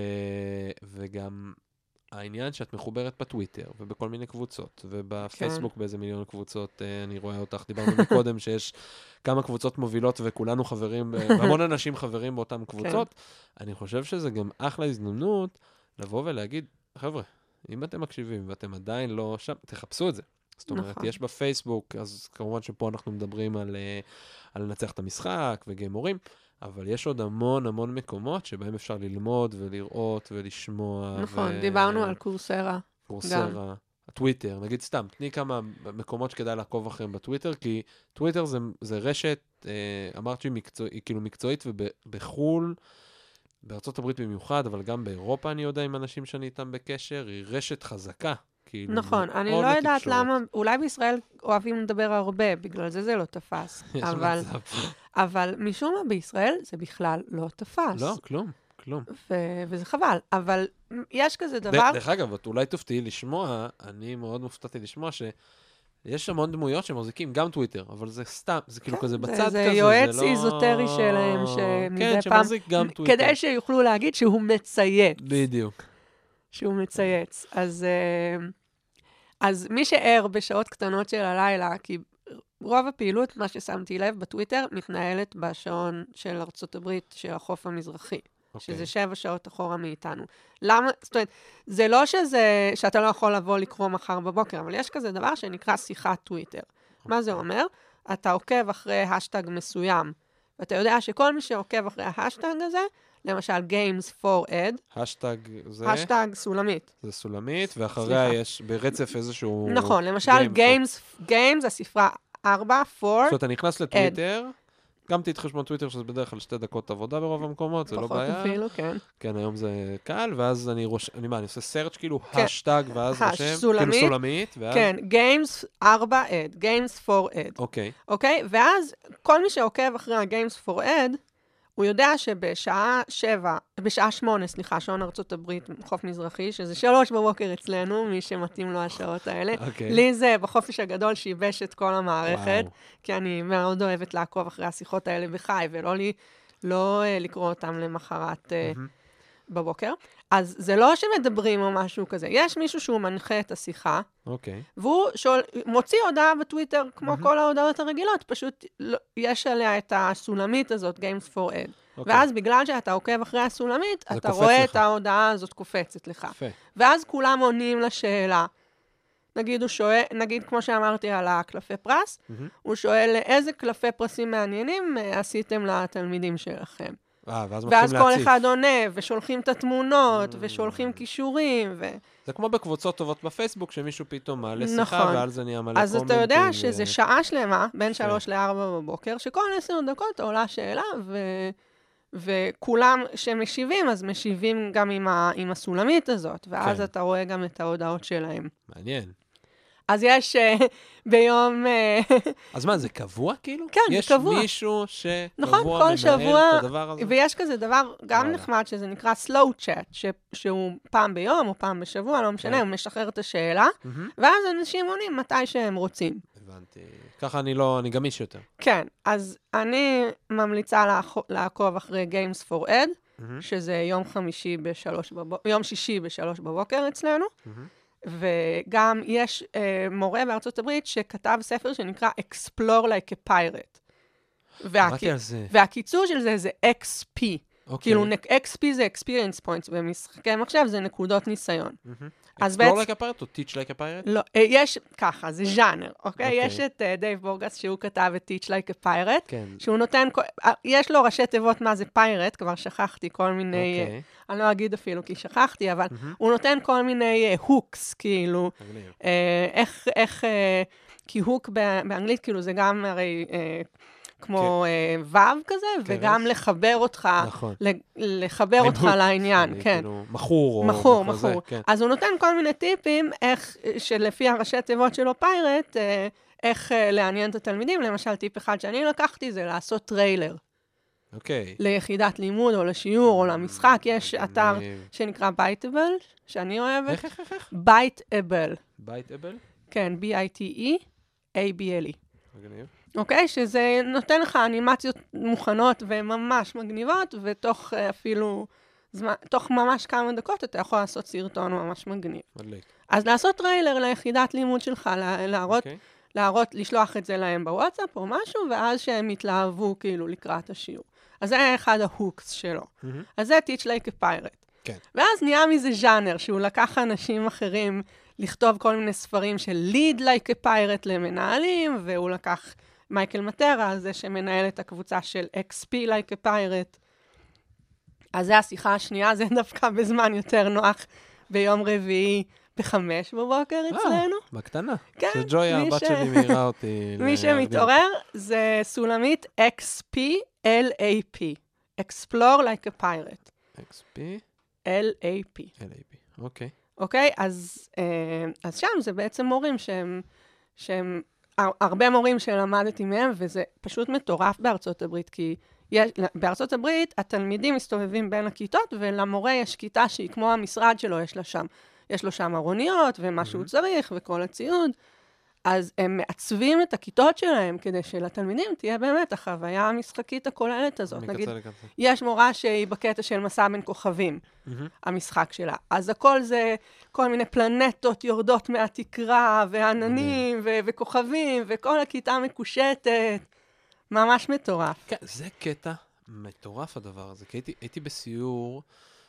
וגם העניין שאת מחוברת בטוויטר, ובכל מיני קבוצות, ובפייסבוק כן. באיזה מיליון קבוצות, אני רואה אותך, דיברנו מקודם שיש כמה קבוצות מובילות, וכולנו חברים, והמון אנשים חברים באותן קבוצות. כן. אני חושב שזה גם אחלה הזדמנות, לבוא ולהגיד, חבר'ה, אם אתם מקשיבים, ואתם עדיין לא שם, תחפשו את זה. זאת אומרת, נכון. יש בפייסבוק, אז כמובן שפה אנחנו מדברים על, על לנצח את המשחק וגיימורים, אבל יש עוד המון המון מקומות שבהם אפשר ללמוד ולראות ולשמוע. נכון, ו... דיברנו על קורסרה. קורסרה, הטוויטר, נגיד סתם, תני כמה מקומות שכדאי לעקוב אחריהם בטוויטר, כי טוויטר זה, זה רשת, אמרת שהיא מקצוע, כאילו מקצועית, ובחול, בארצות הברית במיוחד, אבל גם באירופה אני יודע עם אנשים שאני איתם בקשר, היא רשת חזקה. כאילו נכון, אני לא יודעת למה, אולי בישראל אוהבים לדבר הרבה, בגלל זה זה לא תפס. אבל, אבל משום מה בישראל זה בכלל לא תפס. לא, כלום, כלום. ו- וזה חבל, אבל יש כזה דבר... דרך אגב, את אולי תופתעי לשמוע, אני מאוד מופתעתי לשמוע שיש המון דמויות שמחזיקים גם טוויטר, אבל זה סתם, זה כאילו כזה בצד כזה, זה יועץ איזוטרי שלהם, שמדי פעם, כדי שיוכלו להגיד שהוא מצייץ. בדיוק. שהוא מצייץ. אז, אז מי שער בשעות קטנות של הלילה, כי רוב הפעילות, מה ששמתי לב בטוויטר, מתנהלת בשעון של ארצות הברית, של החוף המזרחי, okay. שזה שבע שעות אחורה מאיתנו. למה? זאת אומרת, זה לא שזה, שאתה לא יכול לבוא לקרוא מחר בבוקר, אבל יש כזה דבר שנקרא שיחת טוויטר. Okay. מה זה אומר? אתה עוקב אחרי השטג מסוים, ואתה יודע שכל מי שעוקב אחרי ההשטג הזה, למשל, Games for Ed. השטג זה? השטג סולמית. זה סולמית, ואחריה יש ברצף איזשהו... נכון, למשל, Games, Games, הספרה ארבע, for Ed. זאת אומרת, אתה נכנס לטוויטר, גם תתחשבון טוויטר, שזה בדרך כלל שתי דקות עבודה ברוב המקומות, זה לא בעיה. פחות אפילו, כן. כן, היום זה קל, ואז אני רוש... אני מה, אני עושה סרצ' כאילו, השטג, ואז רושם, כאילו סולמית, ואז... כן, Games ארבע Ed, Games for Ed. אוקיי. אוקיי? ואז כל מי שעוקב אחרי ה-Games for Ed, הוא יודע שבשעה שבע, בשעה שמונה, סליחה, שעון ארצות הברית, חוף מזרחי, שזה שלוש בבוקר אצלנו, מי שמתאים לו השעות האלה. Okay. לי זה בחופש הגדול שיבש את כל המערכת, wow. כי אני מאוד אוהבת לעקוב אחרי השיחות האלה בחי, ולא לי, לא uh, לקרוא אותם למחרת uh, mm-hmm. בבוקר. אז זה לא שמדברים או משהו כזה. יש מישהו שהוא מנחה את השיחה, okay. והוא שואל, מוציא הודעה בטוויטר, כמו mm-hmm. כל ההודעות הרגילות, פשוט לא, יש עליה את הסולמית הזאת, Games for Ed. Okay. ואז בגלל שאתה עוקב אחרי הסולמית, אתה רואה לך. את ההודעה הזאת קופצת לך. יפה. ואז כולם עונים לשאלה. נגיד, הוא שואל, נגיד, כמו שאמרתי על הקלפי פרס, mm-hmm. הוא שואל, איזה קלפי פרסים מעניינים עשיתם לתלמידים שלכם? אה, ואז, ואז כל להציף. אחד עונה, ושולחים את התמונות, mm. ושולחים קישורים, ו... זה כמו בקבוצות טובות בפייסבוק, שמישהו פתאום מעלה שיחה, נכון. ועל זה נהיה מלא אז קומנטים. אז אתה יודע שזה ו... שעה שלמה, בין שלוש לארבע בבוקר, שכל עשר דקות עולה שאלה, ו... וכולם שמשיבים, אז משיבים גם עם, ה... עם הסולמית הזאת, ואז כן. אתה רואה גם את ההודעות שלהם. מעניין. אז יש uh, ביום... Uh, אז מה, זה קבוע כאילו? כן, זה קבוע. יש מישהו שקבוע נכון, כל מנהל שבוע, את הדבר הזה? ויש כזה דבר גם וואלה. נחמד, שזה נקרא slow chat, ש, שהוא פעם ביום או פעם בשבוע, לא משנה, כן. הוא משחרר את השאלה, mm-hmm. ואז אנשים עונים מתי שהם רוצים. הבנתי. ככה אני לא, אני גמיש יותר. כן, אז אני ממליצה לעקוב, לעקוב אחרי Games for Ed, mm-hmm. שזה יום חמישי בשלוש בבוקר, יום שישי בשלוש בבוקר אצלנו, mm-hmm. וגם יש אה, מורה בארצות הברית שכתב ספר שנקרא Explore like a pirate. והק... והקיצור של זה זה אקס פי. כאילו, אקס פי זה experience points, במשחקי מחשב זה נקודות ניסיון. אז בעצם... Explore like a pirate או Teach like a pirate? לא, יש ככה, זה ז'אנר, אוקיי? יש את דייב בורגס שהוא כתב את Teach like a pirate, שהוא נותן, יש לו ראשי תיבות מה זה pirate, כבר שכחתי כל מיני, אני לא אגיד אפילו כי שכחתי, אבל הוא נותן כל מיני הוקס, כאילו, איך, כי הוק באנגלית, כאילו זה גם הרי... כמו וו כזה, וגם לחבר אותך, לחבר אותך לעניין, כן. מכור. מכור, מכור. אז הוא נותן כל מיני טיפים, איך, שלפי הראשי תיבות שלו פיירט, איך לעניין את התלמידים. למשל, טיפ אחד שאני לקחתי, זה לעשות טריילר. אוקיי. ליחידת לימוד, או לשיעור, או למשחק. יש אתר שנקרא בייטאבל, שאני אוהבת. איך, איך, איך? בייטאבל. בייטאבל? כן, B-I-T-E-A-B-L-E. מגניב. אוקיי? שזה נותן לך אנימציות מוכנות וממש מגניבות, ותוך אפילו, זמן, תוך ממש כמה דקות אתה יכול לעשות סרטון ממש מגניב. מדליק. אז לעשות טריילר ליחידת לימוד שלך, להראות, okay. להראות, לשלוח את זה להם בוואטסאפ או משהו, ואז שהם יתלהבו כאילו לקראת השיעור. אז זה אחד ההוקס שלו. Mm-hmm. אז זה Teach like a pirate. כן. Okay. ואז נהיה מזה ז'אנר, שהוא לקח אנשים אחרים לכתוב כל מיני ספרים של Lead like a pirate למנהלים, והוא לקח... מייקל מטרה, זה שמנהל את הקבוצה של אקס פי like a pirate. אז זה השיחה השנייה, זה דווקא בזמן יותר נוח ביום רביעי בחמש בבוקר אצלנו. בקטנה. כן. שג'וי הבת שלי מהירה אותי. מי שמתעורר זה סולמית אקס פי אל איי פי. Explore like a pirate. אקס פי? אל איי פי. אל איי פי, אוקיי. אוקיי, אז שם זה בעצם מורים שהם... שהם הרבה מורים שלמדתי מהם, וזה פשוט מטורף בארצות הברית, כי יש, בארצות הברית התלמידים מסתובבים בין הכיתות, ולמורה יש כיתה שהיא כמו המשרד שלו, יש לה שם, יש לו שם ארוניות, ומה שהוא צריך, וכל הציוד. אז הם מעצבים את הכיתות שלהם, כדי שלתלמידים תהיה באמת החוויה המשחקית הכוללת הזאת. נגיד, יש מורה שהיא בקטע של מסע בין כוכבים, המשחק שלה. אז הכל זה כל מיני פלנטות יורדות מהתקרה, ועננים, וכוכבים, וכל הכיתה מקושטת. ממש מטורף. כן, זה קטע מטורף הדבר הזה, כי הייתי בסיור,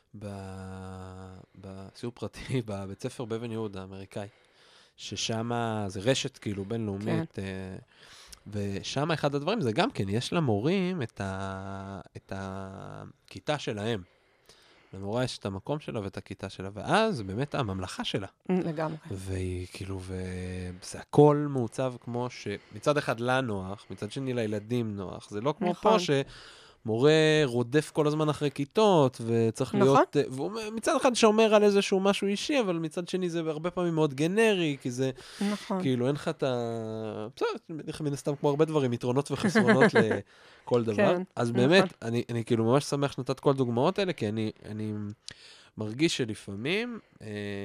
בסיור פרטי, בבית ספר באבן יהודה, האמריקאי. ששם זה רשת כאילו בינלאומית, כן. ושם אחד הדברים זה גם כן, יש למורים את, ה, את הכיתה שלהם. למורה יש את המקום שלה ואת הכיתה שלה, ואז זה באמת הממלכה שלה. לגמרי. והיא כאילו, וזה הכל מעוצב כמו שמצד אחד לה נוח, מצד שני לילדים נוח. זה לא כמו נכון. פה ש... מורה רודף כל הזמן אחרי כיתות, וצריך נכון. להיות... והוא מצד אחד שאומר על איזשהו משהו אישי, אבל מצד שני זה הרבה פעמים מאוד גנרי, כי זה... נכון. כאילו, אין לך את ה... בסדר, מן הסתם כמו הרבה דברים, יתרונות וחסרונות לכל דבר. כן, אז נכון. באמת, אני, אני כאילו ממש שמח שנתת כל דוגמאות האלה, כי אני, אני מרגיש שלפעמים אה,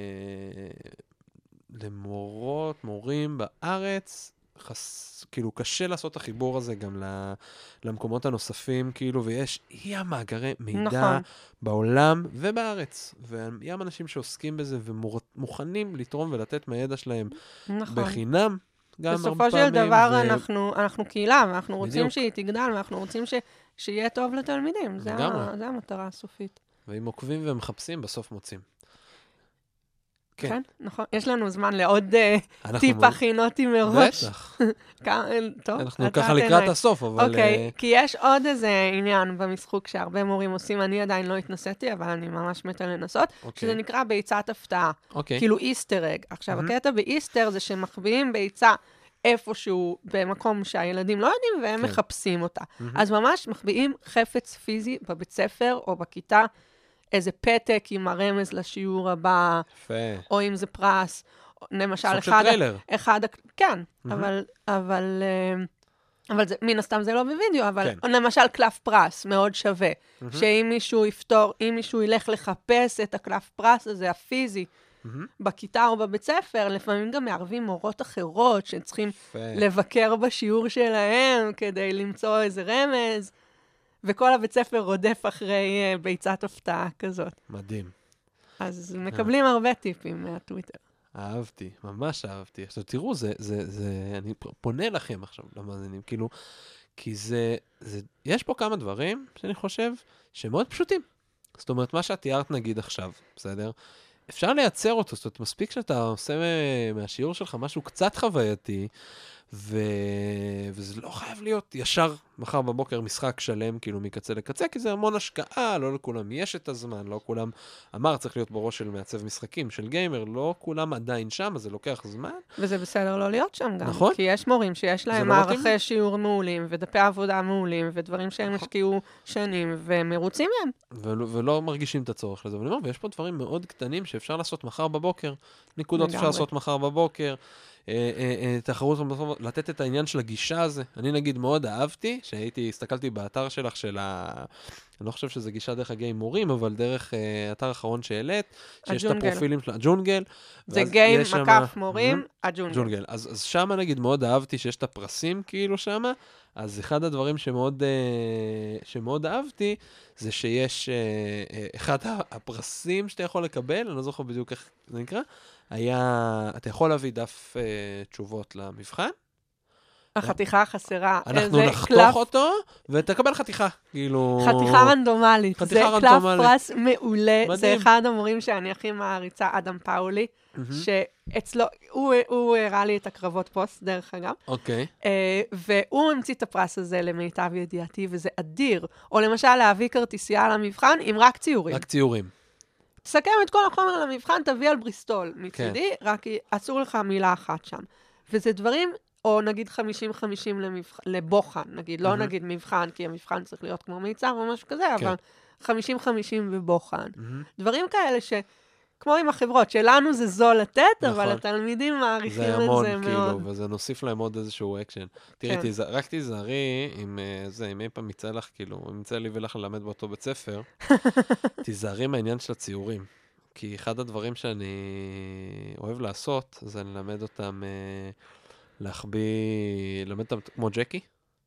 למורות, מורים בארץ, חס... כאילו, קשה לעשות את החיבור הזה גם למקומות הנוספים, כאילו, ויש ים מאגרי מידע נכון. בעולם ובארץ. וים אנשים שעוסקים בזה ומוכנים לתרום ולתת מהידע שלהם נכון. בחינם. גם בסופו של דבר ו... אנחנו, אנחנו קהילה, ואנחנו רוצים בדיוק. שהיא תגדל, ואנחנו רוצים ש... שיהיה טוב לתלמידים. זה, ה... זה המטרה הסופית. ואם עוקבים ומחפשים, בסוף מוצאים. כן. כן, נכון. יש לנו זמן לעוד טיפ הכינותי מראש. בטח. טוב, אנחנו ככה לקראת הסוף, אבל... אוקיי, כי יש עוד איזה עניין במשחוק שהרבה מורים עושים, אני עדיין לא התנסיתי, אבל אני ממש מתה לנסות, שזה נקרא ביצת הפתעה. כאילו איסטר אג. עכשיו, הקטע באיסטר זה שמחביאים ביצה איפשהו במקום שהילדים לא יודעים, והם מחפשים אותה. אז ממש מחביאים חפץ פיזי בבית ספר או בכיתה, איזה פתק עם הרמז לשיעור הבא, יפה. או אם זה פרס, למשל, סוג אחד... של טריילר. אחד, כן, mm-hmm. אבל, אבל, אבל זה, מן הסתם זה לא בווידאו, אבל כן. למשל קלף פרס, מאוד שווה, mm-hmm. שאם מישהו יפתור, אם מישהו ילך לחפש את הקלף פרס הזה, הפיזי, mm-hmm. בכיתה או בבית ספר, לפעמים גם מערבים מורות אחרות, שצריכים יפה. לבקר בשיעור שלהם, כדי למצוא איזה רמז, וכל הבית ספר רודף אחרי uh, ביצת הפתעה כזאת. מדהים. אז מקבלים הרבה טיפים מהטוויטר. אהבתי, ממש אהבתי. עכשיו תראו, זה, זה, זה, אני פונה לכם עכשיו למאזינים, כאילו, כי זה, זה, יש פה כמה דברים שאני חושב שמאוד פשוטים. זאת אומרת, מה שאת תיארת נגיד עכשיו, בסדר? אפשר לייצר אותו, זאת אומרת, מספיק שאתה עושה מהשיעור שלך משהו קצת חווייתי, ו... וזה לא חייב להיות ישר מחר בבוקר משחק שלם, כאילו מקצה לקצה, כי זה המון השקעה, לא לכולם יש את הזמן, לא כולם אמר, צריך להיות בראש של מעצב משחקים, של גיימר, לא כולם עדיין שם, אז זה לוקח זמן. וזה בסדר לא להיות שם גם. נכון. כי יש מורים שיש להם לא מערכי מתאים. שיעור מעולים, ודפי עבודה מעולים, ודברים שהם נכון. השקיעו שנים, והם מרוצים מהם. ולא, ולא מרגישים את הצורך לזה. ואני אומר, ויש פה דברים מאוד קטנים שאפשר לעשות מחר בבוקר, נקודות אפשר לגמרי. לעשות מחר בבוקר, אה, אה, אה, תחרות, לתת את העניין של הגישה הזה. אני נגיד מאוד אהבתי, שהייתי, הסתכלתי באתר שלך של ה... אני לא חושב שזה גישה דרך הגיים מורים, אבל דרך אה, אתר האחרון שהעלית, שיש את הג'ונגל. הפרופילים של הג'ונגל. זה ואז גיים, יש שמה- מקף מורים, Mhm. הג'ונגל. ג'ונגל. אז, אז שמה נגיד מאוד אהבתי שיש את הפרסים כאילו שמה, אז אחד הדברים שמאוד, אה, שמאוד אהבתי, זה שיש אה, אה, אחד הפרסים שאתה יכול לקבל, אני לא זוכר בדיוק איך זה נקרא, היה, אתה יכול להביא דף אה, תשובות למבחן, החתיכה החסרה. אנחנו איזה נחתוך קלף- אותו, ותקבל חתיכה, כאילו... חתיכה רנדומלית. חתיכה זה רנדומלית. קלף פרס מעולה. זה מדהים. אחד המורים שאני הכי מעריצה, אדם פאולי, מהמם. שאצלו, הוא- הוא הראה לי את הקרבות פוסט, דרך אגב. אוקיי. אה, והוא המציא את הפרס הזה למיטב ידיעתי, וזה אדיר. או למשל, להביא כרטיסייה למבחן עם רק ציורים. רק ציורים. תסכם את כל החומר למבחן, תביא על בריסטול. מצידי, רק אסור לך מילה אחת שם. וזה דברים, או נגיד חמישים חמישים למבח... לבוחן, נגיד, לא מהמם. נגיד מבחן, כי המבחן צריך להיות כמו מיצר או משהו כזה, כן. אבל חמישים חמישים בבוחן. מהמם. דברים כאלה ש... כמו עם החברות, שלנו זה זול לתת, אבל נכון. התלמידים מעריכים זה את המון, זה מאוד. כאילו, וזה נוסיף להם עוד איזשהו אקשן. תראי, כן. תיז- רק תיזהרי עם אה, זה, אם אי פעם יצא לך, כאילו, אם יצא לי ולך ללמד באותו בית ספר, תיזהרי מהעניין של הציורים. כי אחד הדברים שאני אוהב לעשות, זה ללמד אותם אה, להחביא, ללמד אותם כמו ג'קי.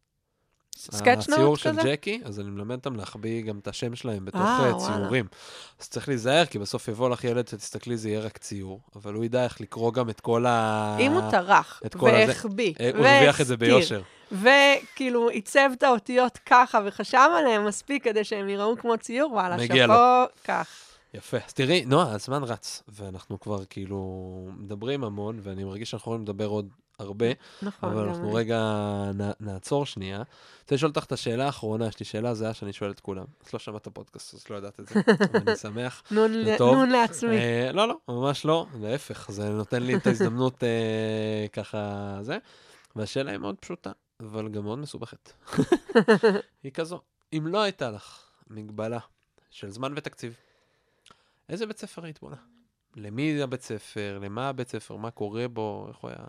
סקץ' הציור נוט של כזה? ג'קי, אז אני מלמד אותם להחביא גם את השם שלהם בתוך אה, אה, וואלה. ציורים. אז צריך להיזהר, כי בסוף יבוא לך ילד שתסתכלי, זה יהיה רק ציור, אבל הוא ידע איך לקרוא גם את כל ה... אם הוא טרח, את כל הזה. והחביא, אה, הוא הרוויח את זה והסתיר, ביושר. וכאילו עיצב את האותיות ככה, וחשב עליהם מספיק כדי שהם יראו כמו ציור, וואלה, מגיע שפה כך. יפה. אז תראי, נועה, הזמן רץ, ואנחנו כבר כאילו מדברים המון, ואני מרגיש שאנחנו יכולים לדבר עוד הרבה, נכון, אבל גם אנחנו אני. רגע נ, נעצור שנייה. אני רוצה לשאול אותך את השאלה האחרונה, יש לי שאלה זהה שאני שואל את כולם. את לא שמעת את הפודקאסט, אז לא יודעת את זה, אבל אני שמח. נון זה ל- טוב. נון לעצמי. אה, לא, לא, ממש לא, להפך, זה נותן לי את ההזדמנות אה, ככה, זה. והשאלה היא מאוד פשוטה, אבל גם מאוד מסובכת. היא כזו, אם לא הייתה לך מגבלה של זמן ותקציב, איזה בית ספר היית בונה? למי הבית ספר? למה הבית ספר? מה קורה בו? איך הוא היה?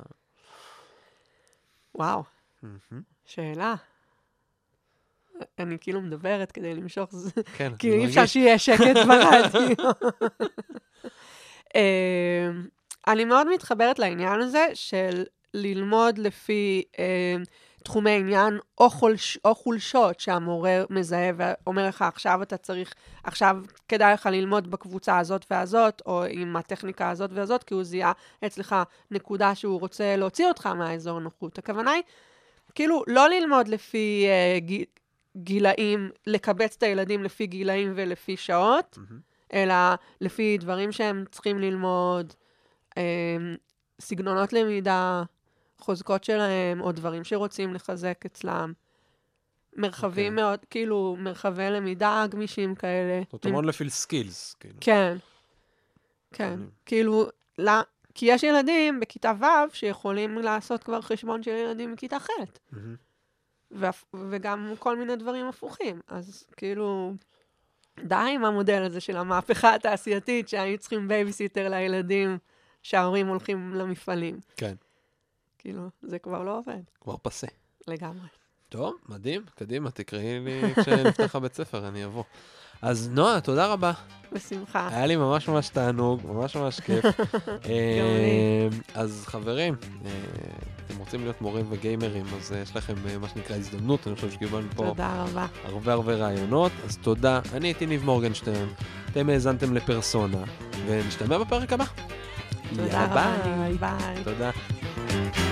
וואו, מהמם. שאלה. אני כאילו מדברת כדי למשוך זה. כן, כאילו אני אי אפשר מרגיש. שיהיה שקט ברדיו. אה, אני מאוד מתחברת לעניין הזה של ללמוד לפי אה, תחומי עניין או, חולש, או חולשות שהמורה מזהה ואומר לך, עכשיו אתה צריך, עכשיו כדאי לך ללמוד בקבוצה הזאת והזאת, או עם הטכניקה הזאת והזאת, כי הוא זיהה אצלך נקודה שהוא רוצה להוציא אותך מהאזור נוחות. הכוונה היא, כאילו, לא ללמוד לפי אה, ג, גילאים, לקבץ את הילדים לפי גילאים ולפי שעות, מהמם. אלא לפי דברים שהם צריכים ללמוד, אה, סגנונות למידה, חוזקות שלהם, או דברים שרוצים לחזק אצלם. מרחבים אוקיי. מאוד, כאילו, מרחבי למידה גמישים כאלה. זאת אומרת, לפי סקילס, כאילו. כן, כן. מעניין. כאילו, לא, כי יש ילדים בכיתה ו' שיכולים לעשות כבר חשבון של ילדים בכיתה ח', מהמם. ואף- וגם כל מיני דברים הפוכים. אז כאילו, די עם המודל הזה של המהפכה התעשייתית, שהיו צריכים בייביסיטר לילדים, שההורים הולכים למפעלים. כן, כאילו, זה כבר לא עובד, כבר פסה. לגמרי. טוב, מדהים, קדימה, תקראי לי כשנפתח הבית ספר, אני אבוא. אז נועה, תודה רבה. בשמחה. היה לי ממש ממש תענוג, ממש ממש כיף. אה, אז חברים, אה, אתם רוצים להיות מורים וגיימרים, אז אה, יש לכם אה, מה שנקרא הזדמנות, אני חושב שקיבלנו פה תודה רבה. הרבה הרבה רעיונות, אז תודה. אני הייתי ניב מורגנשטיין, אתם האזנתם לפרסונה, ונשתמע בפרק הבא. תודה יאללה, רבה. ביי. ביי. תודה.